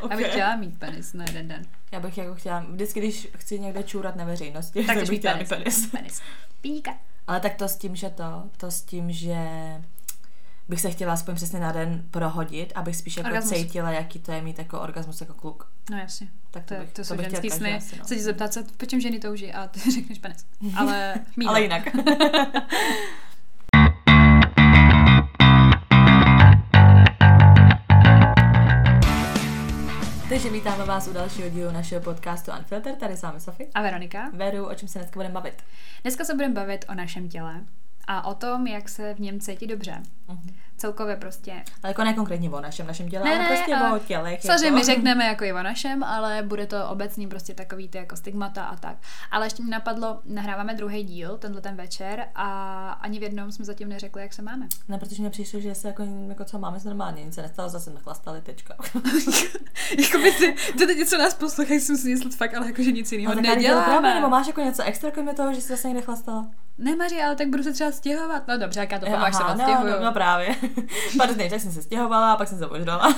Okay. Abych chtěla mít penis na jeden den. Já bych jako chtěla, vždycky, když chci někde čůrat na veřejnosti, tak bych chtěla mít penis. Píka. Ale tak to s tím, že bych se chtěla aspoň přesně na den prohodit, abych spíš jako cítila, jaký to je mít jako orgasmus jako kluk. No jasně. Tak to jsou bych ženský sny. Se ti zeptat, po čem ženy touží a ty řekneš penis. Ale mýho. Ale jinak. Takže vítáme vás u dalšího dílu našeho podcastu Unfiltered. Tady s vámi Sofie. A Veronika. Veru, o čem se dneska budeme bavit? Dneska se budeme bavit o našem těle a o tom, jak se v něm cítí dobře. Celkově prostě. Ale jako ne konkrétně o našem těle, ale prostě o tělech. Samozřejmě my řekneme jako i o našem, ale bude to obecný prostě takový ty jako stigmata a tak. Ale ještě mi napadlo, nahráváme druhý díl, tenhle ten večer a ani v jednom jsme zatím neřekli, jak se máme. No, protože mě přišlo, že se jako co máme normálně, nic se nestalo, zase nechlastali, tečka. Jakoby ty teď, co nás poslouchají, jsem si myslet fakt, ale jakože nic jiného neděláme. Nebo máš jako něco extra, kromě toho, že jsi zase někde chlastala? Ne, Maří, ale tak budu se třeba stěhovat. No dobře, jak já to pomáš, se odstěhuju. No právě. Pardon, tak jsem se stěhovala a pak jsem se požrala.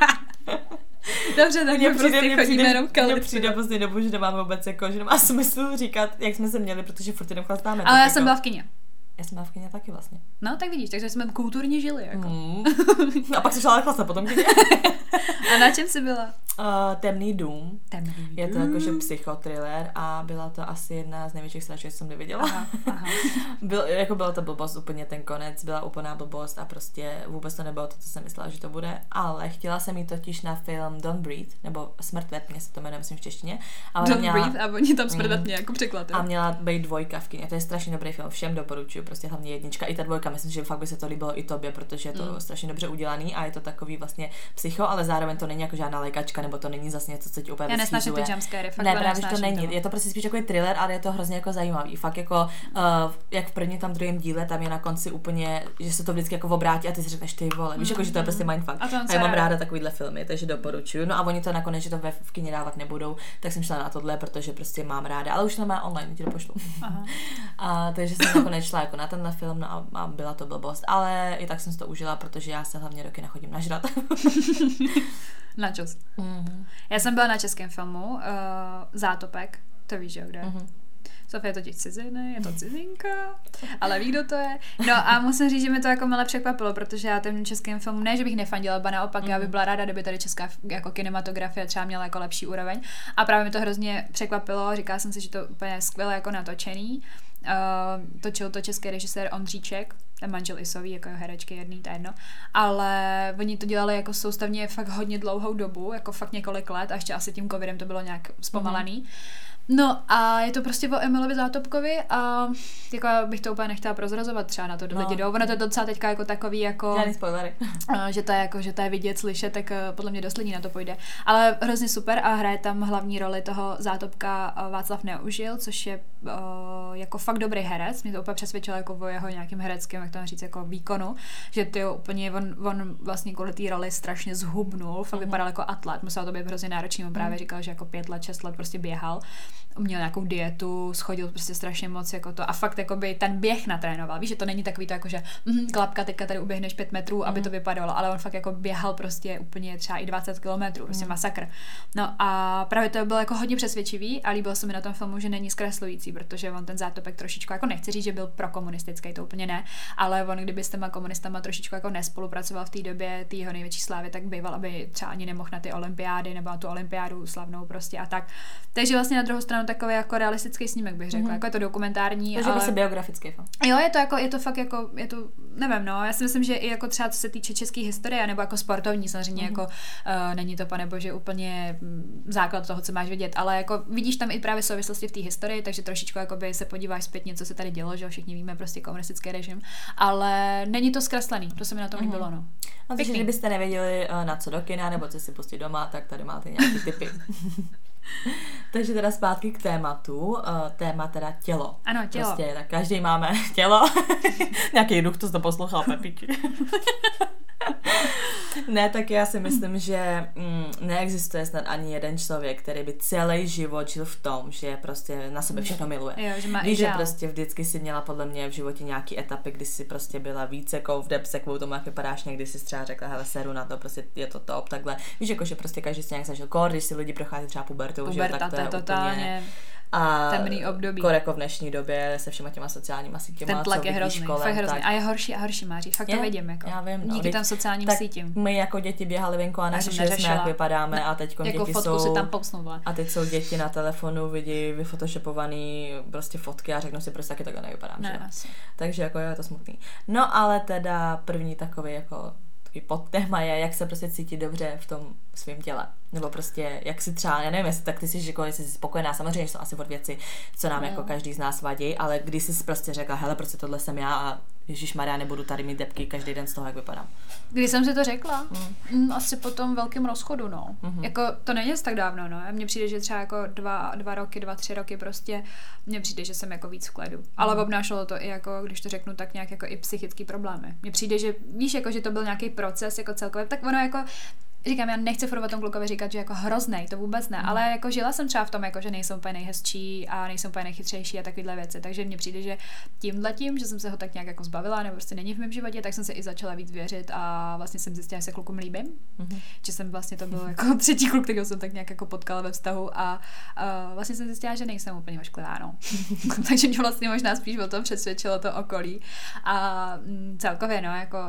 Dobře, tak my prostě chodíme jenom kaloricky. Mně přijde poslední dobu, že nemáme vůbec jako, že nemá smysl říkat, jak jsme se měli, protože furt jenom chlastáme. Ale já jsem byla v kině. Já jsem byla v kině taky vlastně. No, tak vidíš, takže jsme kulturně žili. Jako. A pak se šla chlastat potom kině. A na čem jsi byla? Temný dům. Je to jakože psychotriller a byla to asi jedna z největších sraček, co jsem neviděla. Aha. Byla to blbost, úplně ten konec, byla úplná blbost a prostě vůbec to nebylo to, co jsem myslela, že to bude, ale chtěla jsem jít totiž na film Don't Breathe, nebo Smrt ve tmě se to jmenuje, myslím v češtině. Don't Breathe a oni tam Smrt ve tmě jako překlad. A měla být 2 v kině, to je strašně dobrý film, všem doporučuji, prostě hlavně 1, i ta 2, myslím, že fakt by se to líbilo i tobě, protože je to strašně dobře udělaný a je to takový vlastně psycho, ale zároveň to není jako žádná lékačka, nebo to není zase něco, co ti úplně vyschýzuje. Já nesnáším ty jumpscary, fakt ne, právě to není. Je to prostě spíš takový thriller, ale je to hrozně jako zajímavý. Fakt jako jak v prvním tam druhém díle, tam je na konci úplně, že se to vždycky jako obrátí a ty si řekneš ty vole. Víš, jako že to je prostě mindfuck. A já mám ráda takovýhle filmy, takže doporučuju. No a oni to nakonec, že to v kině dávat nebudou, tak jsem šla na tohle, protože prostě mám ráda, ale už to má online, ti to pošlu. Takže jsem nakonec šla jako na tenhle film, no a byla to blbost, ale i tak jsem si to užila, protože já se hlavně do kina chodím nažrat. Načos. Já jsem byla na českém filmu Zátopek, to víš, jo, kde? Sofie je totiž ciziny, je to cizinka, ale ví, kdo to je. No a musím říct, že mi to jako milé překvapilo, protože já ten českým film, ne, že bych nefandila, ba naopak, já bych byla ráda, kdyby tady česká jako kinematografie třeba měla jako lepší úroveň. A právě mi to hrozně překvapilo, říkala jsem si, že to úplně skvěle jako natočený. Točil to český režisér Ondříček, ten manžel Isový, jako herečky jedný, to je jedno, ale oni to dělali jako soustavně fakt hodně dlouhou dobu, jako fakt několik let a ještě asi tím covidem to bylo nějak zpomalený. No a je to prostě o Emilovi Zátopkovi a jako bych to úplně nechtěla prozrazovat třeba na to do lidi. Ono to je docela teďka jako takový jako... Žádný spoilery. že to je vidět, slyšet, tak podle mě dost lidí na to půjde. Ale hrozně super a hraje tam hlavní roli toho Zátopka Václav Neužil, což je jako fakt dobrý herec. Mě to úplně přesvědčilo jako o jeho nějakým hereckým, jak to říct, jako výkonu, že ty úplně on vlastně kvůli té roli strašně zhubnul, fakt vypadal jako atlet, musel to být hrozně náročný, on právě říkal, že jako 5 let, 6 let prostě běhal. Měl nějakou dietu, schodil prostě strašně moc jako to a fakt jakoby ten běh natrénoval. Víš, že to není takový to jako, že klapka, teďka tady uběhneš 5 metrů, aby to vypadalo, ale on fakt jako běhal prostě úplně třeba i 20 kilometrů, prostě masakr. No a právě to bylo jako hodně přesvědčivý a líbilo se mi na tom filmu, že není zkreslující, protože on ten Zátopek trošičku jako nechci říct, že byl prokomunistický, to úplně ne, ale on kdyby s těma komunistama trošičku jako nespolupracoval v té době té jeho největší slávy, tak býval, aby třeba ani nemohl na ty olympiády nebo na tu olympiádu slavnou prostě a tak. Takže vlastně na druhou stranu takový jako realistický snímek bych řekla, jako je to dokumentární, takže ale prostě biografický film. Jo, je to fakt jako, je to, nevím, no, já si myslím, že i jako třeba co se týče české historie, nebo jako sportovní, samozřejmě jako není to, panebože, úplně základ toho, co máš vidět, ale jako vidíš tam i právě souvislosti v té historii, takže trošičku jakoby se podíváš zpětně, co se tady dělo, že všichni víme prostě komunistický režim, ale není to zkreslený, to se mi na tom líbilo, no. A takže kdybyste nevěděli na co do kina, nebo co si pustit doma, tak tady máte nějaký tipy. Takže teda zpátky k tématu, téma teda tělo. Ano, tělo. Prostě tak každý máme tělo. Nějaký duch to poslouchal, Pepiči. Ne, tak já si myslím, že neexistuje snad ani jeden člověk, který by celý život žil v tom, že prostě na sebe všechno miluje. Jo, že má víš, že prostě vždycky si měla podle mě v životě nějaký etapy, kdy si prostě byla více v depse kvůli tomu, jak vypadáš, někdy si třeba řekla, hele, seru na to, prostě je to top, takhle. Víš, jako, že prostě každý si nějak zažil když si lidi prochází třeba pubertou, že tak to je úplně a temný období. Jako v dnešní době se všema těma sociálníma sítěma. Ten tlak je hrozný, školem, fakt hrozný. A je horší a horší, Máří. Fakt to vidím. Jako. Já vím, díky tam sociálním sítím. My jako děti běhali venku a neřešili jsme, jak vypadáme a teď jako děti fotku jsou... si tam pousnula. A teď jsou děti na telefonu, vidí vyfotoshopovaný prostě fotky a řeknou si prostě taky takhle nevypadám. Ne, takže jako je to smutný. No ale teda první takový jako podtéma je, jak se prostě cítit dobře v tom svém těle. Nebo prostě, jak si třeba, já nevím, jestli tak ty jsi řekla, jestli jsi spokojená, samozřejmě, že jsou asi od věci, co nám jako každý z nás vadí, ale když jsi prostě řekla, hele, prostě tohle jsem já a ježišmarja, nebudu tady mít depky každý den z toho, jak vypadám. Když jsem si to řekla? Asi po tom velkém rozchodu, no. Jako, to není tak dávno, no. Mně přijde, že třeba jako 2-3 roky prostě, mně přijde, že jsem jako víc v klidu. Ale obnášelo to i jako, když to řeknu, tak nějak jako i psychický problémy. Mně přijde, že víš, jako, že to byl nějaký proces jako celkově, tak ono jako říkám, já nechci furt o tom klukovi říkat, že jako hroznej, to vůbec ne, ale jako žila jsem třeba v tom, jako, že nejsem úplně nejhezčí a nejsem úplně nejchytřejší a takovéhle věci, takže mně přijde, že tímhletím, že jsem se ho tak nějak jako zbavila, nebo prostě není v mém životě, tak jsem se i začala víc věřit a vlastně jsem zjistila, že se klukům líbím, že jsem vlastně to byl jako třetí kluk, kterého jsem tak nějak jako potkala ve vztahu a vlastně jsem zjistila, že nejsem úplně ošklivá, no. Takže mě vlastně možná spíš o tom přesvědčilo to okolí a celkově, no, jako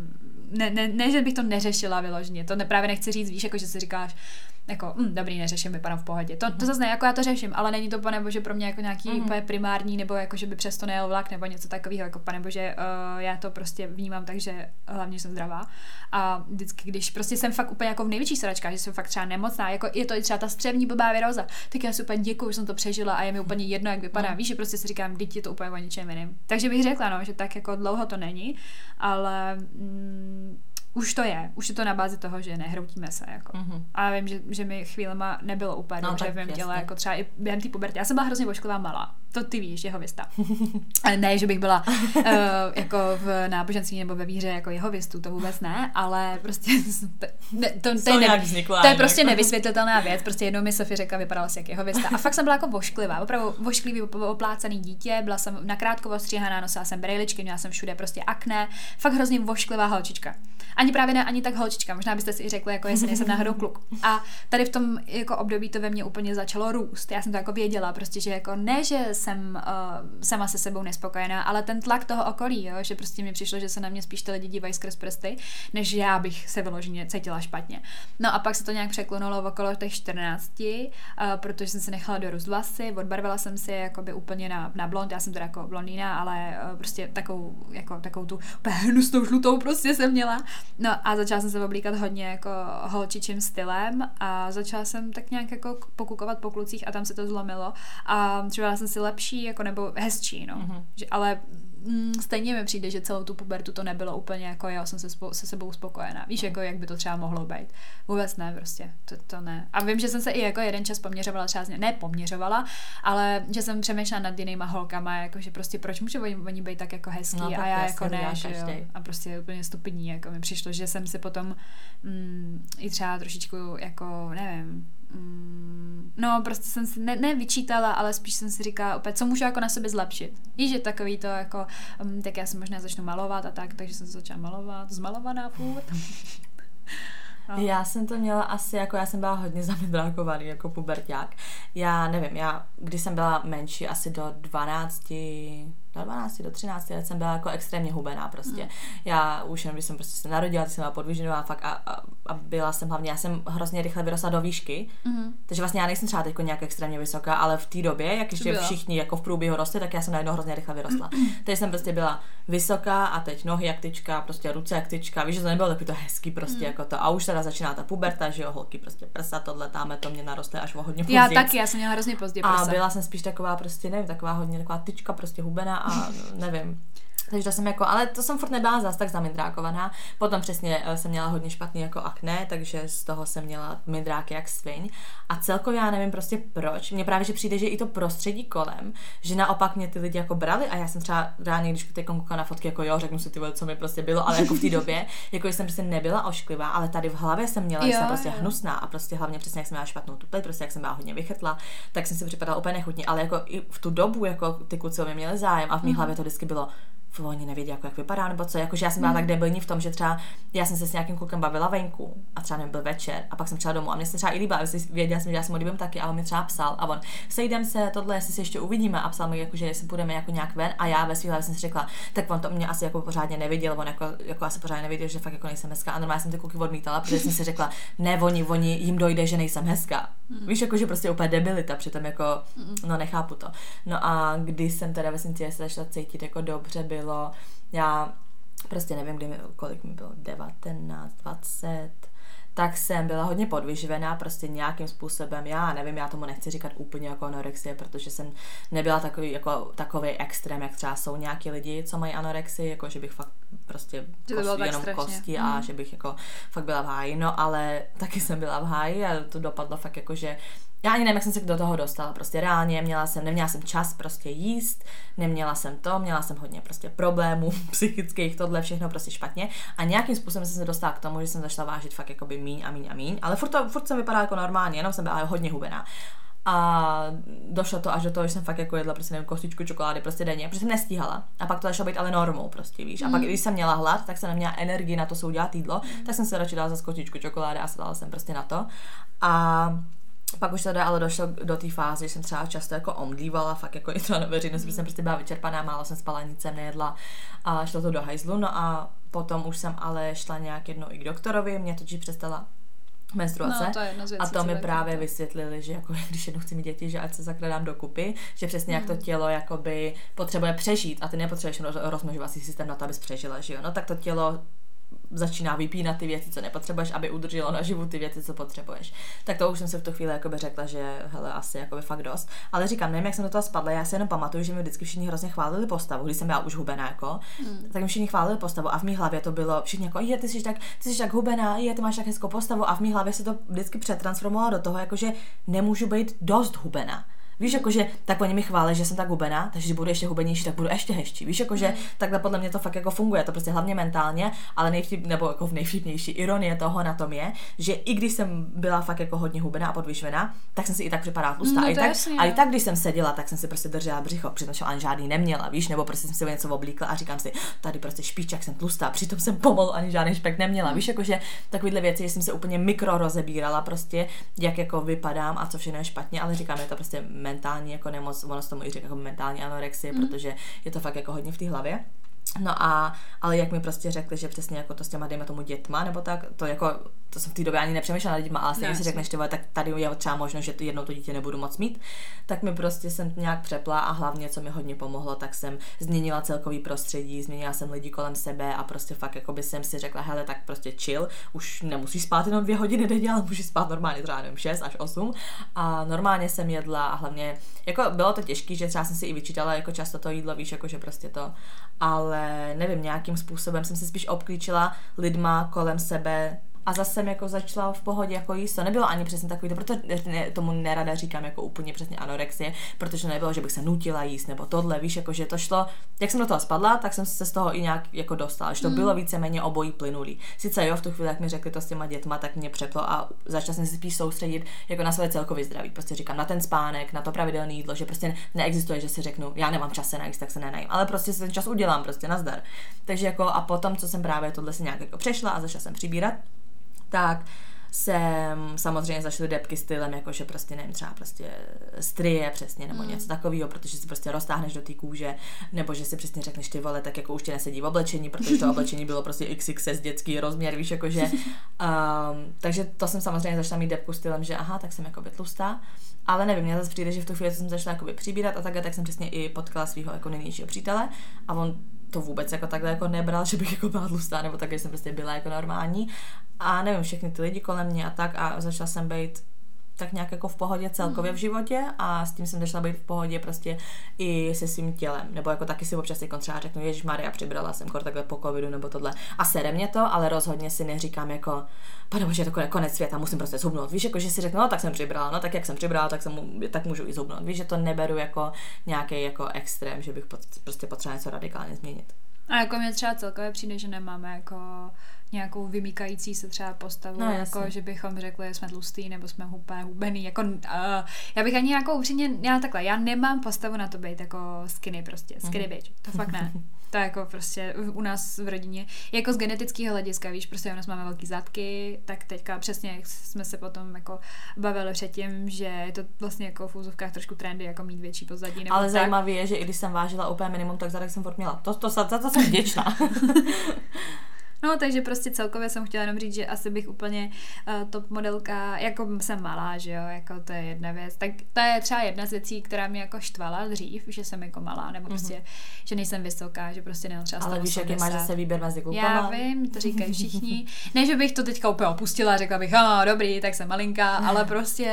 ne, že bych to neřešila vyloženě, to právě nechci říct, víš, jako že si říkáš, jako, dobrý, neřeším, vypadám v pohodě. To zase ne, jako já to řeším, ale není to, panebože, pro mě jako nějaký úplně primární, nebo jako, že by přesto nejel vlak, nebo něco takového, jako panebože, já to prostě vnímám tak, že hlavně jsem zdravá. A vždycky, když prostě jsem fakt úplně jako v největší sračkách, že jsem fakt třeba nemocná, jako je to i třeba ta střevní blbá viróza, tak já si úplně děkuju, že jsem to přežila a je mi úplně jedno, jak vypadá. Víš, že prostě si říkám, teď je to úplně o ničem jiným. Takže bych řekla, no, že tak jako dlouho to není, ale už je to na bázi toho, že nehroutíme se, jako. A vím, že mi chvílema nebylo úplně dobře v mém těle, jako třeba i během té puberty. Já jsem byla hrozně ošklivá malá. To ty víš, jehověsta. Ale ne, že bych byla jako v náboženství nebo ve víře jako jehovistů, to vůbec ne, ale prostě to je prostě nevysvětlitelná věc. Prostě jednou mi Sofie řekla, vypadala si jak jehovista. A fakt jsem byla jako vošklivá, opravdu vošklivý, oplácený dítě, byla jsem nakrátko ostříhaná, nosila jsem brejličky, měla jsem všude prostě akné, fakt hrozně vošklivá holčička. Ani právě ne, ani tak holčička, možná byste si i řekli, jako jestli nejsem náhodou kluk. A tady v tom jako období to ve mně úplně začalo růst. Já jsem to jako věděla, prostě, že jako ne, že jsem sama se sebou nespokojená, ale ten tlak toho okolí, jo, že prostě mi přišlo, že se na mě spíš ty lidi dívají skrz prsty, než já bych se vyloženě cítila špatně. No a pak se to nějak překlonulo okolo těch 14, protože jsem se nechala dorůst vlasy, odbarvila jsem si jakoby úplně na blond, já jsem teda jako blondýna, ale prostě takovou tu úplně hnusnou žlutou prostě jsem měla. No a začala jsem se oblíkat hodně jako holčičím stylem a začala jsem tak nějak jako pokukovat po klucích a tam se to zlomilo a třeba jsem si lepší jako nebo hezčí, no. Ale stejně mi přijde, že celou tu pubertu to nebylo úplně jako já jsem se sebou spokojená. Víš, jako jak by to třeba mohlo být. Vůbec ne, prostě. To ne. A vím, že jsem se i jako jeden čas poměřovala třeba poměřovala, ale že jsem přemýšlela nad jinýma holkama, jako že prostě proč může oni být tak jako hezký a já jako ne, že jo. A prostě úplně stupidní, jako mi přišlo, že jsem si potom i třeba trošičku jako, nevím, no prostě jsem si nevyčítala, ale spíš jsem si říkala opět, co můžu jako na sobě zlepšit. Víš, že takový to jako, tak já se možná začnu malovat a tak, takže jsem se začala malovat, zmalovaná furt. No. Já jsem to měla asi, jako já jsem byla hodně zamedrákovaný jako puberťák. Já nevím, když jsem byla menší, asi do 12, do 13 let jsem byla jako extrémně hubená prostě. Já už jenom, když jsem prostě se narodila, tak jsem byla podvyžinová fakt a byla jsem hlavně, já jsem hrozně rychle vyrostla do výšky, takže vlastně já nejsem třeba teď nějak extrémně vysoká, ale v té době, jak ještě všichni jako v průběhu rostli, tak já jsem najednou hrozně rychle vyrostla. Takže jsem prostě byla vysoká a teď nohy jak tyčka, prostě ruce jak tyčka, víš, že to nebylo takový to hezký prostě jako to. A už teda začíná ta puberta, že jo, holky prostě prsa, tohle, táme, to mě narostly až o hodně později. Já taky, já jsem měla hrozně pozdě prsa. A byla jsem spíš taková prostě, nevím, taková hodně taková tyčka prostě hubená a nevím. Takže to jsem jako, ale to jsem furt nebyla zas tak zamindrákovaná. Potom přesně jsem měla hodně špatný jako akné, takže z toho jsem měla mindráky jak sviň. A celkově já nevím prostě proč. Mně právě, že přijde, že i to prostředí kolem, že naopak mě ty lidi jako brali a já jsem třeba ráně, když teď koukala na fotky, jako jo, řeknu si ty, co mi prostě bylo, ale jako v té době, jako jsem prostě nebyla ošklivá, ale tady v hlavě jsem měla, že jsem prostě hnusná a prostě hlavně přesně jak jsem měla špatnou tu pleť, prostě jak jsem byla hodně vychrtla, tak jsem si připadala úplně nechutně, ale jako i v tu dobu jako ty kluci mě měli zájem a v mé hlavě to vždycky bylo oni nevědí, jak vypadá, nebo co, jakože já jsem byla tak debilní v tom, že třeba já jsem se s nějakým klukem bavila venku a třeba nebyl večer a pak jsem třeba domů a mě se třeba i líbila, věděla jsem, že já se mu líbím taky a on mi třeba psal a on sejdem se, tohle, jestli si ještě uvidíme a psal mi, jakože jestli půjdeme jako nějak ven a já ve svý hlavě jsem si řekla, tak on to mě asi jako pořádně neviděl, on jako asi pořádně neviděl, že fakt jako nejsem hezká a normálně jsem ty kluky odmítala, protože jsem si řekla, ne, oni jim dojde, že nejsem hezká. Víš, jakože prostě úplně debilita, přitom jako, no nechápu to. No a když jsem teda vesnici se začala cítit jako dobře, bylo, já prostě nevím, kolik mi bylo, 19, 20, tak jsem byla hodně podvyživená, prostě nějakým způsobem, já nevím, já tomu nechci říkat úplně jako anorexie, protože jsem nebyla takový extrém, jak třeba jsou nějaký lidi, co mají anorexii, jako že bych fakt prostě jenom kosti a že bych jako fakt byla v háji, no ale taky jsem byla v háji a to dopadlo fakt jako, že já ani nevím, jak jsem se do toho dostala, prostě reálně neměla jsem čas prostě jíst, měla jsem hodně prostě problémů psychických, tohle všechno prostě špatně a nějakým způsobem jsem se dostala k tomu, že jsem začala vážit fakt jakoby míň, ale furt jsem vypadala jako normálně, jenom jsem byla hodně hubená. A došlo to až do toho, že jsem fakt jako jedla prostě nevím, kostičku čokolády prostě denně, protože jsem nestíhala. A pak to začalo být ale normou prostě, víš. A pak když jsem měla hlad, tak jsem neměla energii na to se udělat jídlo, tak jsem se radši dala za kostičku čokolády a sedala jsem prostě na to. A pak už teda ale došlo do té fáze, že jsem třeba často jako omdlívala, fakt jako i třeba na veřejnost, protože jsem prostě byla vyčerpaná, málo jsem spala, nic jsem nejedla a šlo to do hajzlu. No a potom už jsem ale šla nějak jednou i k doktorovi, mě totiž přestala menstruace. No, to je a to mi právě vysvětlili, že jako, když jednou chci mít děti, že ať se zakladám dokupy, že přesně jak to tělo jakoby potřebuje přežít a ty nepotřebuješ rozmnožovací systém na to, abys přežila, že jo. No tak to tělo začíná vypínat ty věci, co nepotřebuješ, aby udrželo naživu ty věci, co potřebuješ. Tak to už jsem si v tu chvíli jakoby řekla, že hele, asi jakoby fakt dost. Ale říkám, nevím, jak jsem do toho spadla, já si jenom pamatuju, že mi vždycky všichni hrozně chválili postavu, když jsem byla už hubená, jako, tak mi všichni chválili postavu a v mý hlavě to bylo všichni jako, ty jsi tak hubená, ty máš tak hezkou postavu a v mý hlavě se to vždycky přetransformovalo do toho, jakože nemůžu být dost hubená. Víš, jakože tak oni mi chválí, že jsem tak hubená, takže když budu ještě hubenější, tak budu ještě hezčí. Víš, jakože takhle podle mě to fakt jako funguje, to prostě hlavně mentálně, ale nebo jako v nejvtipnější ironie toho na tom je, že i když jsem byla fakt jako hodně hubená a podvyživená, tak jsem si i tak připadala tlustá. A i tak, když jsem seděla, tak jsem si prostě držela břicho, přitom jsem ani žádný neměla, víš, nebo prostě jsem si něco oblíkla a říkám si, tady prostě špičák, jsem tlustá, přitom jsem pomalu ani žádný špek neměla. Víš, jakože takovýhle věci, že jsem se úplně mikro rozebírala prostě, jak jako vypadám a co všechno je špatně, ale říkám, je to prostě mentální jako nemoc, ono se tomu i říká jako mentální anorexie, protože je to fakt jako hodně v té hlavě. No a, ale jak mi prostě řekli, že přesně jako to s těma, dejme tomu dětma, nebo tak, to jsem v té době ani nepřemýšlela nad dětma, ale stejně si řekneš, tak tady je třeba možnost, že jednou to dítě nebudu moc mít, tak mi prostě jsem nějak přepla a hlavně, co mi hodně pomohlo, tak jsem změnila celkový prostředí, změnila jsem lidi kolem sebe a prostě fakt jako by jsem si řekla, hele, tak prostě chill, už nemusíš spát jenom 2 hodiny denně, ale můžeš spát normálně třeba 6 až 8 a normálně jsem jedla a hlavně, jako bylo to těžké, že třeba jsem si i vyčítala jako často to jídlo, víš, jako že prostě to, ale nevím, nějakým způsobem jsem se spíš obklíčila lidma kolem sebe a zase jsem jako začala v pohodě jako jíst. To nebylo ani přesně takový, proto tomu nerada říkám jako úplně přesně anorexie, protože nebylo, že bych se nutila jíst nebo tohle, víš, jako že to šlo, jak jsem do toho spadla, tak jsem se z toho i nějak jako dostala, že to bylo víceméně obojí plynulý. Sice jo, v tu chvíli, jak mi řekli to s těma dětma, tak mě přeplo a začala jsem se spíš soustředit jako na své celkové zdraví. Prostě říkám na ten spánek, na to pravidelné jídlo, že prostě neexistuje, že si řeknu, já nemám čas se najíst, tak se nenajím, ale prostě si ten čas udělám, prostě nazdar. Takže jako a potom, co jsem právě tohle si nějak jako přešla a začala jsem přibírat, tak jsem samozřejmě zašly debky stylem, jakože prostě nevím, třeba prostě strie přesně, nebo něco takového, protože si prostě roztáhneš do té kůže, nebo že si přesně řekneš ty vole, tak jako už ti nesedí v oblečení, protože to oblečení bylo prostě XXS dětský rozměr, víš, jakože takže to jsem samozřejmě začala mít debku stylem, že aha, tak jsem jakoby tlustá, ale nevím, mě zase přijde, že v tu chvíli jsem začala jakoby přibírat a tak jsem přesně i potkala svého jako největšího přítele a on to vůbec jako takhle jako nebral, že bych jako byla tlustá, nebo tak, že jsem prostě byla jako normální a nevím, všechny ty lidi kolem mě a tak a začala jsem být tak nějak jako v pohodě celkově v životě a s tím jsem začala být v pohodě prostě i se svým tělem, nebo jako taky si občas třeba řeknu, ježišmarja, přibrala jsem takhle po covidu nebo tohle a sere mě to, ale rozhodně si neříkám jako, panebože, to je konec světa, musím prostě zhubnout, víš, jako že si řeknu, no tak jsem přibrala, no tak jak jsem přibrala, tak můžu i zhubnout, víš, že to neberu jako nějaký jako extrém, že bych prostě potřebovala něco radikálně změnit. A jako mě třeba celkově přijde, že nemáme jako nějakou vymýkající se třeba postavu, no, jako že bychom řekli, že jsme tlustý nebo jsme úplně hubený, jako já bych ani jako upřímně, já nemám postavu na to být jako skinny prostě, skinny bitch, to fakt ne. To je jako prostě u nás v rodině. Jako z genetického hlediska, víš, prostě u nás máme velký zadky, tak teďka přesně jak jsme se potom jako bavili předtím, že je to vlastně jako v úzovkách trošku trendy, jako mít větší pozadí. Nebo ale tak. Zajímavé je, že i když jsem vážila úplně minimum, tak zadek jsem furt měla. Za to jsem vděčná. No, takže prostě celkově jsem chtěla jenom říct, že asi bych úplně top modelka, jako jsem malá, že jo, jako to je jedna věc. Tak to je třeba jedna z věcí, která mě jako štvala dřív, že jsem jako malá, nebo prostě, že nejsem vysoká, že prostě nemám třeba 180. Ale víš, jaký máš zase výběr mezi klukama? Já vím, to říkají všichni. Ne, že bych to teďka úplně opustila, řekla bych, dobrý, tak jsem malinká, ale prostě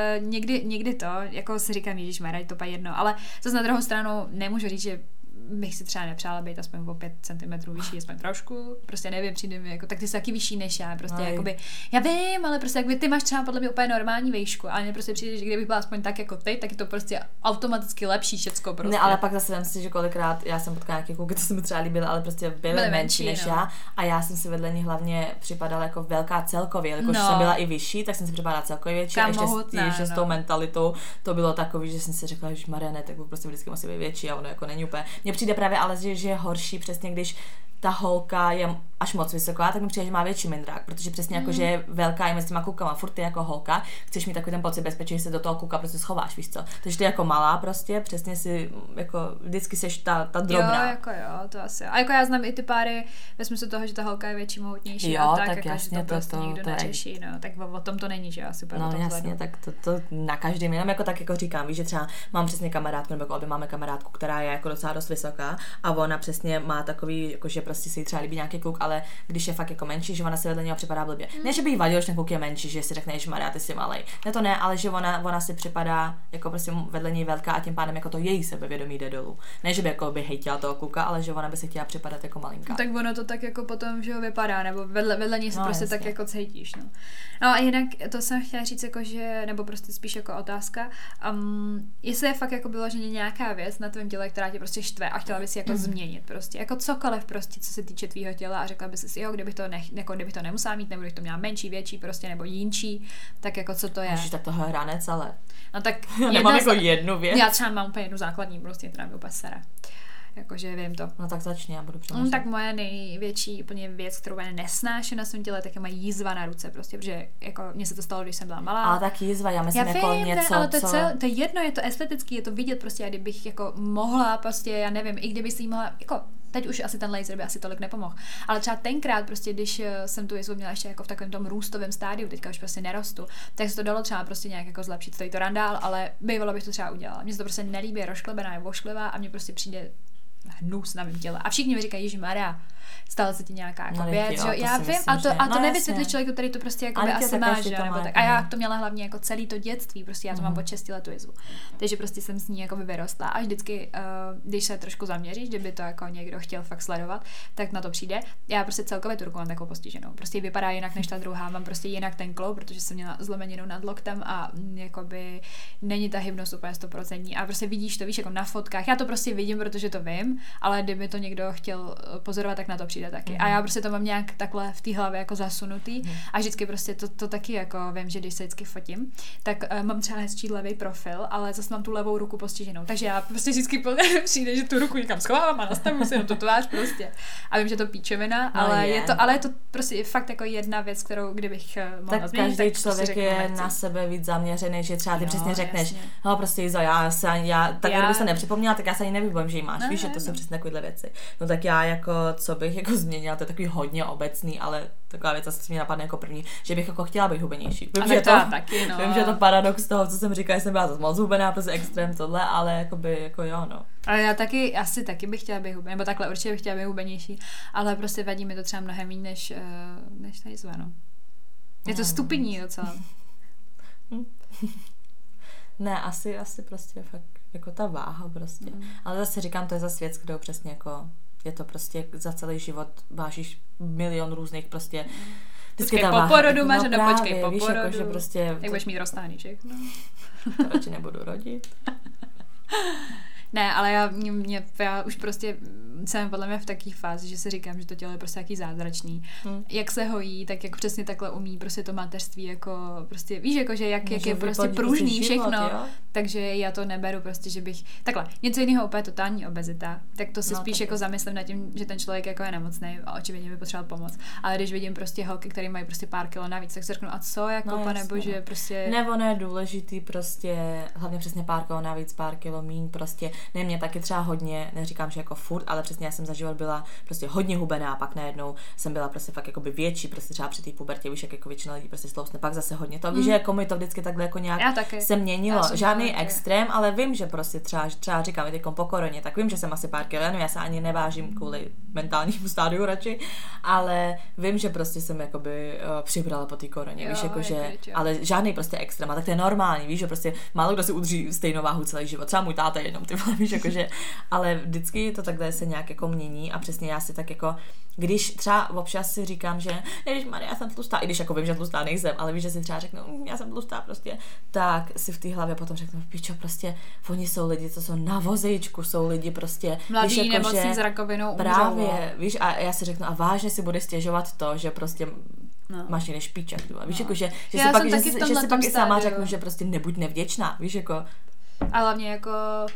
někdy to, jako si říkám, ježišmarja, to pa jedno, ale zase na druhou stranu nemůžu říct, že bych si třeba nepřála být aspoň o 5 cm vyšší, aspoň trošku, prostě nevím, přijde mi jako, tak ty jsi taky vyšší než já, prostě jakoby, já vím, ale prostě jakby ty máš třeba podle mě úplně normální výšku, ale mně prostě přijde, že kdybych byla aspoň tak jako ty, tak je to prostě automaticky lepší všecko prostě. Ne, ale pak zase vem si, že kolikrát já jsem potkala nějaké kluky, co se mi třeba líbily, ale prostě byly menší než já a já jsem si vedle ní hlavně připadala jako velká celkově, jakož jsem byla i vyšší, tak jsem si připadala celkově větší a ještě s tou mentalitou to bylo takový, že jsem si řekla, že Maria, ne, tak prostě vždycky musí být větší a ono jako není úplně. Mně přijde právě ale, že je horší přesně, když ta holka je až moc vysoká, tak mi přijde, že má větší mindrák, protože přesně jako, že je velká i mezi těma klukama, furt ty jako holka, chceš mít takový ten pocit bezpečí, že se do toho kluka prostě schováš, víš co. Takže ty jako malá prostě, přesně si jako vždycky seš ta drobná. Jo, to asi. A jako já znám i ty páry ve smyslu toho, že ta holka je větší, mohutnější jo, a tak tak jako, jasně, že to prostě nikdo neřeší, no, tak o tom to není, že jo, super. No jasně, tak to na každém, jenom jako tak jako říkám, víš, že třeba mám přesně kamarádku, nebo jako obě máme kamarádku, která je jako docela dost vysoká a ona přesně má takový, jako že prostě si třeba líbí nějaký kluk, ale když je fakt jako menší, že ona si vedle něho připadá blbě. Ne, že by jí vadilo, že ten kluk je menší, že si řekneš, Maria, ty jsi malej. Ne, to ne, ale že ona si připadá jako prostě vedle něj velká a tím pádem jako to její sebevědomí jde dolů. Ne, že by jako by hejtila toho kluka, ale že ona by se chtěla připadat jako malinká. Tak ono to tak jako potom, že ho vypadá, nebo vedle něj se prostě jasně. Tak jako cítíš, no. No a jinak to jsem chtěla říct jako, že, nebo prostě spíš jako otázka, jestli je fakt jako bylo, že nějaká věc na tvém těle, která tě prostě štve a chtěla by si jako změnit prostě, jako cokoliv prostě, co se týče tvýho těla a řekla by si, jo, kdybych to nemusela mít, nebo kdybych to měla menší, větší prostě, nebo jinčí, tak jako co to je. Ježiš, tak toho je hranec, ale. No tak nemám jako jednu věc. Já třeba mám úplně jednu základní, prostě, která mi úplně sere. Jakože vím to. No tak začni, já budu přemýšlet. Tak moje největší úplně věc, kterou já nesnáším na svém těle, tak je moje jízva na ruce prostě, protože jako mně se to stalo, když jsem byla malá. Ale tak jízva, já myslím jako něco, ale to je jedno, je to estetický, je to vidět prostě, a kdybych jako mohla prostě, já nevím, i kdyby si jí mohla, jako teď už asi ten laser by asi tolik nepomohl. Ale třeba tenkrát prostě, když jsem tu jizvu měla ještě jako v takovém tom růstovém stádiu, teďka už prostě nerostu, tak se to dalo třeba prostě nějak jako zlepšit, tady to randál, ale bývalo bych to třeba udělala. Mně se to prostě nelíbí, je rozklebená, je vošklivá a mně prostě přijde hnus na mém těle. A všichni mi říkají, Ježišmarja, stala se ti nějaká jako věc, jo, já vím, a to nevysvětlíš člověku, který to prostě jako by asi má, že nebo tak. A já to měla hlavně jako celý to dětství, prostě já to mám od 6 let tu jizvu. Takže prostě jsem s ní jako by vyrostla. Až vždycky, když se trošku zaměříš, kdyby to jako někdo chtěl fakt sledovat, tak na to přijde. Já prostě celkově tu ruku mám takovou postiženou. Prostě vypadá jinak než ta druhá, mám prostě jinak tenklou, protože jsem měla zlomeninu nad loktem a jakoby není ta hybnost úplně 100%. A prostě vidíš to, víš, jako na fotkách. Já to prostě vidím, protože to vím, ale kdyby to někdo chtěl pozorovat, tak na to přijde taky. A já prostě to mám nějak takhle v té hlavě jako zasunutý a vždycky prostě to taky jako vím, že když se vždycky fotím, tak mám třeba hezčí levý profil, ale zase mám tu levou ruku postiženou. Takže já prostě vždycky přijde, že tu ruku někam schovávám a nastavuju si na tu tvář prostě. A vím, že to píčovina, ale je to prostě fakt jako jedna věc, kterou kdybych mohla tak změnit, každý tak člověk prostě je na sebe víc zaměřený, že třeba ty přesně řekneš, no prostě Izo, kdyby se nepřipomněla, tak já se ani nevybojím, že jí máš, víš, že to jsou přesně takovéhle věci. No tak já jako, co bych jako změnila, to je takový hodně obecný, ale taková věc, co mi napadne jako první, že bych jako chtěla být hubenější. Vím, že to paradox toho, co jsem říkala, že jsem byla zase moc hubená, prostě extrém tohle, ale jakoby, jako jo, no. Ale já asi taky bych chtěla být hubenější, nebo takhle určitě bych chtěla být hubenější, ale prostě vadí mi to třeba mnohem méně než ta jizva, no. Je to stupidní docela. Ne, asi prostě fakt jako ta váha prostě. Ale zase říkám, to je zase věc, kde přesně jako je to prostě za celý život vážíš milion různých prostě. Počkej po porodu, máš no právě, počkej po víš, porodu. Jako, že prostě, jak budeš mít roztáhníček. No. To radši nebudu rodit. Ne, ale já už prostě jsem podle mě v takové fázi, že si říkám, že to tělo je prostě jaký zázračný. Jak se hojí, tak jak přesně takhle umí prostě to mateřství, jako prostě víš, jako že jak je prostě pružný všechno, jo? Takže já to neberu prostě, že bych, takhle, něco jiného úplně totální obezita, tak to si spíš jako zamyslím nad tím, že ten člověk jako je nemocný a očividně by potřeboval pomoc. Ale když vidím prostě holky, které mají prostě pár kilo navíc, tak si řeknu, a co, jako panebože, prostě. Nebo ne, důležitý prostě, hlavně přesně pár kilo navíc, pár kilo míň, prostě. Ne, mě taky třeba hodně, neříkám, že jako furt, ale přesně já jsem za život byla prostě hodně hubená, pak najednou jsem byla prostě fakt jakoby větší, prostě třeba při té pubertě, víš, jak jako většina lidí prostě slousne, pak zase hodně to, víš, že jako mi to vždycky takhle jako nějak se měnilo, žádný extrém, ale vím, že prostě třeba říkám, teď po koroně, tak vím, že jsem asi pár kilo, já se ani nevážím kvůli mentálnímu stádiu radši, ale vím, že prostě jsem jakoby přibrala po té koroně, víš, jakože, ale žádný prostě extrém, a tak to je normální, víš, že prostě málo kdo si udrží stejnou váhu celý život, třeba můj táta jenom, ty vole, víš, jakože, ale vždycky to takhle se nějak jako mění a přesně já si tak jako, když třeba občas si říkám, že ježišmarja, já jsem tlustá, i když jako vím, že tlustá nejsem, ale víš, že si třeba řeknu, já jsem tlustá prostě, tak si v té hlavě potom řeknu, pičo, prostě oni jsou lidi, co jsou na vozejčku, jsou lidi prostě, mladí, víš, jako, nemocní s rakovinou, právě, víš, a já si řeknu, a vážně si bude stěžovat to, že prostě máš někde špičak, víš, jako, že si pak i sama řeknu, že prostě nebuď nevděčná, víš, jako. A hlavně jako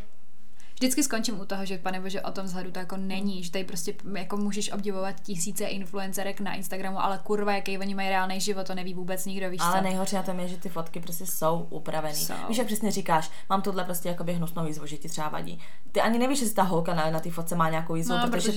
vždycky skončím u toho, že panebože o tom vzhledu to jako není, že tady prostě jako můžeš obdivovat tisíce influencerek na Instagramu, ale kurva, jaký oni mají reálný život, to neví vůbec nikdo, víš. Ale nejhorší na tom je, že ty fotky prostě jsou upravený. Víš, jak přesně říkáš, mám tohle prostě jakoby hnusnou výzvu, že ti třeba vadí. Ty ani nevíš, že ta holka na té fotce má nějakou výzvu, protože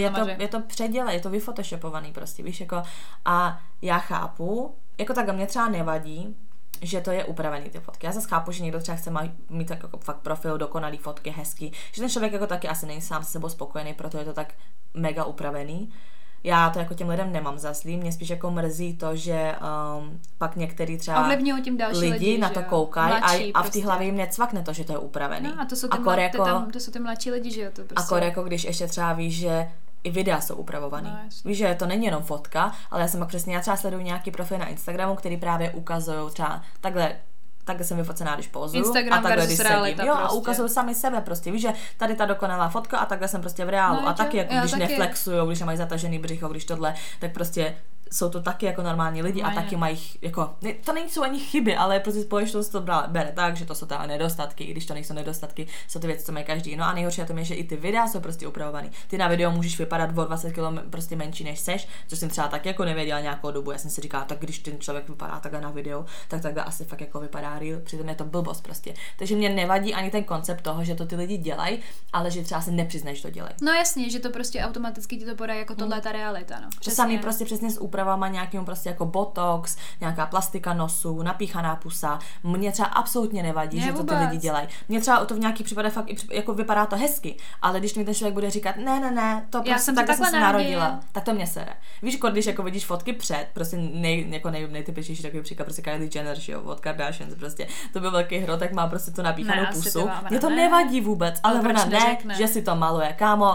je to předělé, je to vyfotoshopovaný prostě, víš, jako, a já chápu, jako tak mě třeba nevadí, že to je upravený ty fotky. Já zase chápu, že někdo třeba chce mít tak jako fakt profil, dokonalý fotky, hezký, že ten člověk jako taky asi není sám s sebou spokojený, proto je to tak mega upravený. Já to jako těm lidem nemám za zlý, mě spíš jako mrzí to, že pak některý třeba lidi na to koukají a v té hlavě jim necvakne to, že to je upravený. No a to jsou ty mladší lidi, že jo? To prostě. Akor jako když ještě třeba víš, že i videa jsou upravovaný. No, víš, že to není jenom fotka, ale já jsem pak přesně, já třeba sleduju nějaký profil na Instagramu, který právě ukazují třeba takhle jsem vyfocená, když pozuju. Instagram a takhle, když sedím. Jo, prostě. A ukazují sami sebe prostě. Víš, že tady ta dokonalá fotka a takhle jsem prostě v reálu. No, a taky, jako, když neflexujou, když mají zatažený břicho, když tohle, tak prostě jsou to taky jako normální lidi a taky mají jako, to nejsou ani chyby, ale prostě společnost to bere tak, že to jsou teda nedostatky, i když to nejsou nedostatky, jsou ty věci, co mají každý. No a nejhorší na tom je, že i ty videa jsou prostě upravovaný. Ty na video můžeš vypadat o 20 kg prostě menší než seš, což jsem třeba taky jako nevěděla nějakou dobu. Já jsem si říkala, tak když ten člověk vypadá takhle na video, tak takhle asi fakt jako vypadá real, přitom je to blbost prostě. Takže mě nevadí ani ten koncept toho, že to ty lidi dělají, ale že třeba se nepřiznají, že to dělají. No jasně, že to prostě automaticky ti to podá jako tohle ta realita, no. To samý prostě přesně s úpravama nějakým prostě jako botox, nějaká plastika nosu, napíchaná pusa. Mně třeba absolutně nevadí, že to ty lidi dělají. Mně třeba to v nějakých případech fakt jako vypadá to hezky, ale když mi ten člověk bude říkat, ne, to prostě takhle jsem se narodila, tak to mě sere. Víš, jako když jako vidíš fotky před, prostě nejtypičnější takový příklad, prostě Kylie Jenner, že jo, od Kardashians, prostě to byl velký hrot, má prostě tu napíchanou pusu. Mně to nevadí vůbec, ale ona ne, že si to maluje.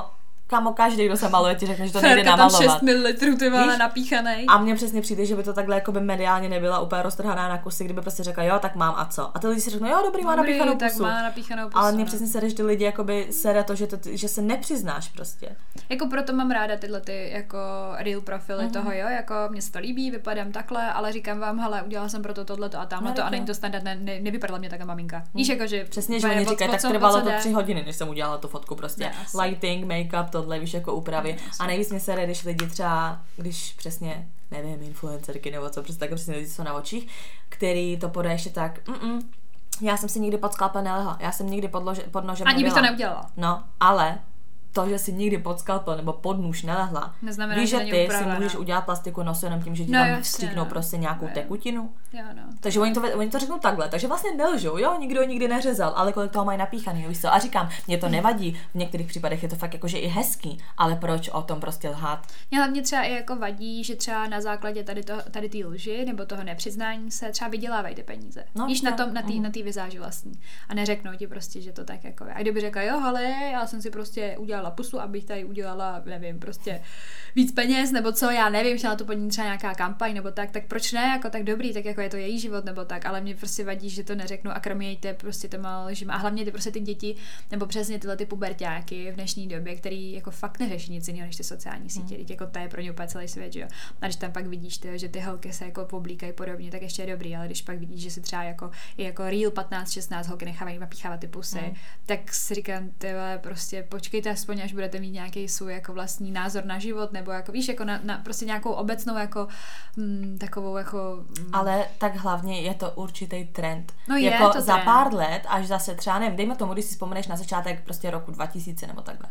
Kámo, každý, kdo se maluje, ti řekne, že to nejde namalovat. Tam 6 ml, ty vole, napíchanej. A mně přesně přijde, že by to takhle jako by mediálně nebyla úplně roztrhaná na kusy, kdyby prostě řekla, jo, tak mám a co. A ty lidi si řeknou, jo, dobrý, má napíchanou pusu. Ale mně přesně sere, že ty lidi jakoby sere to, že se nepřiznáš prostě. Jako proto mám ráda tyhle ty jako real profily toho, jo, jako mě se to líbí, vypadám takhle, ale říkám vám, hele, udělala jsem proto tohleto a tamhleto a není to standard, nevypadla mě taká maminka. Víš, jako že přesně, že oni říkají, tak trvalo to 3 hodiny, než jsem udělala tu fotku prostě. Lighting, make-up, tohle, víš, jako úpravy. A nejvíc mě sere, když lidi třeba, když přesně, nevím, influencerky nebo co, přesně lidi jsou na očích, který to podají ještě tak, já jsem si nikdy pod skalpem nelehla, já jsem nikdy pod nožem ani bych to neudělala. No, ale to, že si nikdy pod skalpel nebo pod nůž nelehla, neznamená, víš, že ty upravená. Si můžeš udělat plastiku nosu jenom tím, že ti tam vstříknou prostě nějakou tekutinu. Jo, no. Takže oni to řeknou takhle, takže vlastně nelžou, jo, nikdo nikdy neřezal, ale kolik toho mají napíchaný, víš co? A říkám, mě to nevadí, v některých případech je to fakt jakože i hezký, ale proč o tom prostě lhát? Mě hlavně třeba i jako vadí, že třeba na základě tady té lži nebo toho nepřiznání se třeba vydělávají ty peníze. No, víš, na té vizáži vlastní. A neřeknou ti prostě, že to tak jako je. A kdyby řekla, jo, ale já jsem si prostě udělala pusu, abych tady udělala, nevím, prostě víc peněz, nebo co, já nevím, že na to pod ní třeba nějaká kampaň, nebo tak proč ne, jako tak dobrý, tak jako je to její život, nebo tak, ale mě prostě vadí, že to neřeknu a kromě prostě těma lžima. A hlavně ty prostě ty děti, nebo přesně tyhle ty puberťáky v dnešní době, který jako fakt neřeší nic jiného než ty sociální sítě, jako to je pro ně úplně celý svět, že jo. A když tam pak vidíš, že ty holky se jako poblíkají podobně, tak ještě je dobrý, ale když pak vidíš, že si třeba jako real 15-16 holky nechávají napíchávat ty pusy, tak si říkám, tyhle, prostě počkejte aspoň, až budete mít nějaký svůj jako vlastní názor na život, nebo jako víš, jako na prostě nějakou obecnou jako takovou jako ale tak hlavně je to určitý trend. No jako je to za trend. Pár let, až zase třeba nevím, dejme tomu, když si vzpomeneš na začátek prostě roku 2000 nebo takhle.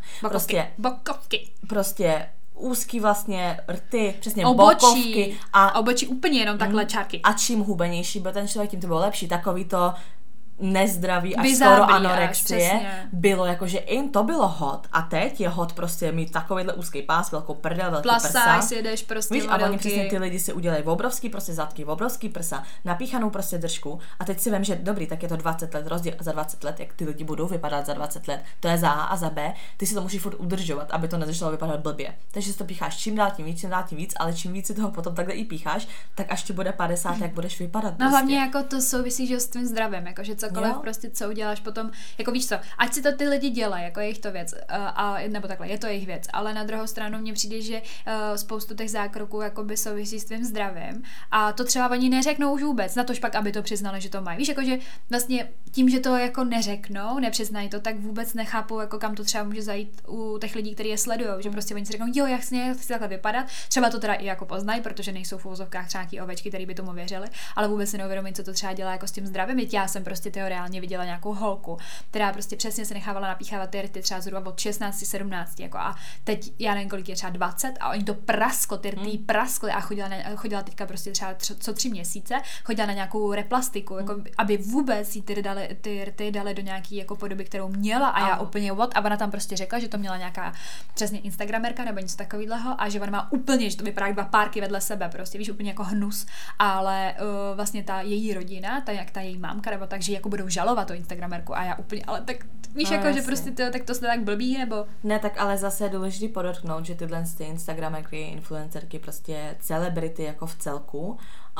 Bokovky. Prostě úzký vlastně rty, přesně bokovky a obočí úplně jenom takhle čárky. A čím hubenější byl ten člověk, tím to bylo lepší. Takový to nezdraví až skoro anorexie bylo jakože jim to bylo hot a teď je hot prostě mít takovýhle úzký pás, velkou prdel, velký prsa. Jedeš prostě víš, a oni přesně ty lidi si udělají obrovský prostě zadky, obrovský prsa, napíchanou prostě držku a teď si vím, že dobrý, tak je to 20 let rozdíl a za 20 let, jak ty lidi budou vypadat za 20 let, to je za A a za B, ty si to musíš furt udržovat, aby to nezačalo vypadat blbě. Takže si to pícháš čím dál tím víc, ale čím víc si toho potom takhle i pícháš, tak až ti bude 50, jak budeš vypadat. No prostě. hlavně jako to souvisí že s tvým zdravím, jakože cokoliv prostě co uděláš potom, jako víš co, ať si to ty lidi dělají, jako je jejich to věc, nebo takhle, je to jejich věc, ale na druhou stranu mně přijde, že spoustu těch zákroků jakoby souvisí s tvým zdravím a to třeba oni neřeknou už vůbec, na tož pak, aby to přiznali, že to mají. Víš, jakože vlastně tím, že to jako neřeknou, nepřiznají to, tak vůbec nechápou, jako kam to třeba může zajít u těch lidí, kteří je sledujou, že prostě oni si řeknou, jo, jasně, chci takhle vypadat, třeba to teda i jako poznají, protože nejsou v uvozovkách třeba nějaký ovečky, který by tomu věřili, ale vůbec si neuvědomí, co to třeba dělá jako s tím zdravím. Já jsem prostě reálně viděla nějakou holku, která prostě přesně se nechávala napíchávat ty rty třeba zhruba od 16-17 jako a teď já nevím, kolik je třeba 20 a oni to prasklo, ty rty praskly a chodila teďka prostě třeba co 3 měsíce, chodila na nějakou replastiku, jako aby vůbec jí ty rty dali do nějaký jako podoby, kterou měla a já úplně a ona tam prostě řekla, že to měla nějaká přesně instagramerka nebo něco takového a že ona má úplně, že to vypadá jak 2 párky vedle sebe, prostě víš, úplně jako hnus, ale vlastně ta její rodina, ta její mámka nebo tak, že jako budou žalovat to instagramerku a já úplně, ale tak víš, no, jako, jasně. Že prostě tak to jste tak blbý, nebo? Ne, tak ale zase je důležitý podotknout, že tyhle instagramerky, influencerky, prostě celebrity jako v celku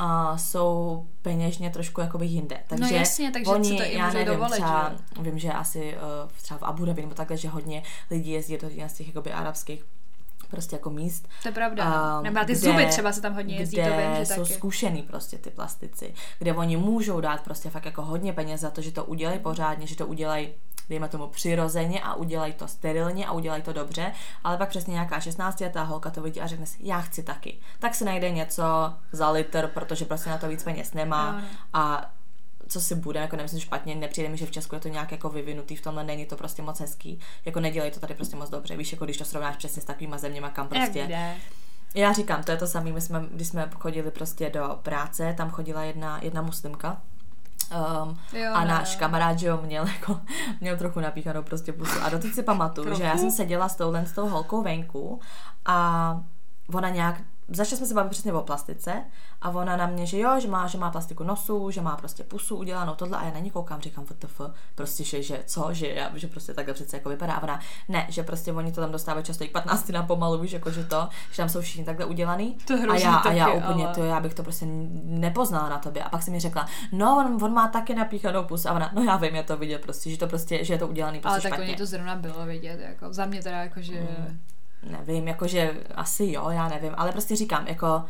jsou peněžně trošku jakoby jinde. Takže no jasně, takže oni, co to i já může nevím, dovolit, třeba, vím, že asi třeba v Abu Dhabi nebo takhle, že hodně lidí jezdí do z těch jakoby arabských prostě jako míst. To je pravda. Nebo ty zuby třeba se tam hodně jezdí, to vím, že jsou taky. zkušený prostě ty plastici, kde oni můžou dát prostě fakt jako hodně peněz za to, že to udělají pořádně, že to udělají dejme tomu přirozeně a udělají to sterilně a udělají to dobře, ale pak přesně nějaká 16letá holka to vidí a řekne si, já chci taky. Tak si najde něco za litr, protože prostě na to víc peněz nemá a co si bude, jako nemyslím špatně, nepřijde mi, že v Česku je to nějak jako vyvinutý, v tomhle není to prostě moc hezký, jako nedělají to tady prostě moc dobře, víš, jako když to srovnáš přesně s takovýma zeměma, kam prostě. Já říkám, to je to samé, když jsme chodili prostě do práce, tam chodila jedna muslimka, a náš kamarád, že jo, měl trochu napíchanou prostě pusu a doteď si pamatuju, že já jsem seděla s tou holkou venku a ona nějak, začali jsme se bavit přesně o plastice a ona na mě, že jo, že má plastiku nosu, že má prostě pusu udělanou tohle a já na ní koukám, říkám WTF, prostě, že co, že prostě takhle přece jako vypadá a ona, ne, že prostě oni to tam dostávají často i 15 na pomalu, víš, jako že tam jsou všichni takhle udělaný a já úplně, ale... já bych to prostě nepoznala na tobě a pak si mi řekla, no, on má taky napíchanou pusu a ona, no já vím, je to vidět prostě, že je to udělaný prostě špatně. Ale tak to zrovna bylo vidět, jako za mě teda jako, že... Nevím, jakože asi jo, já nevím, ale prostě říkám, jako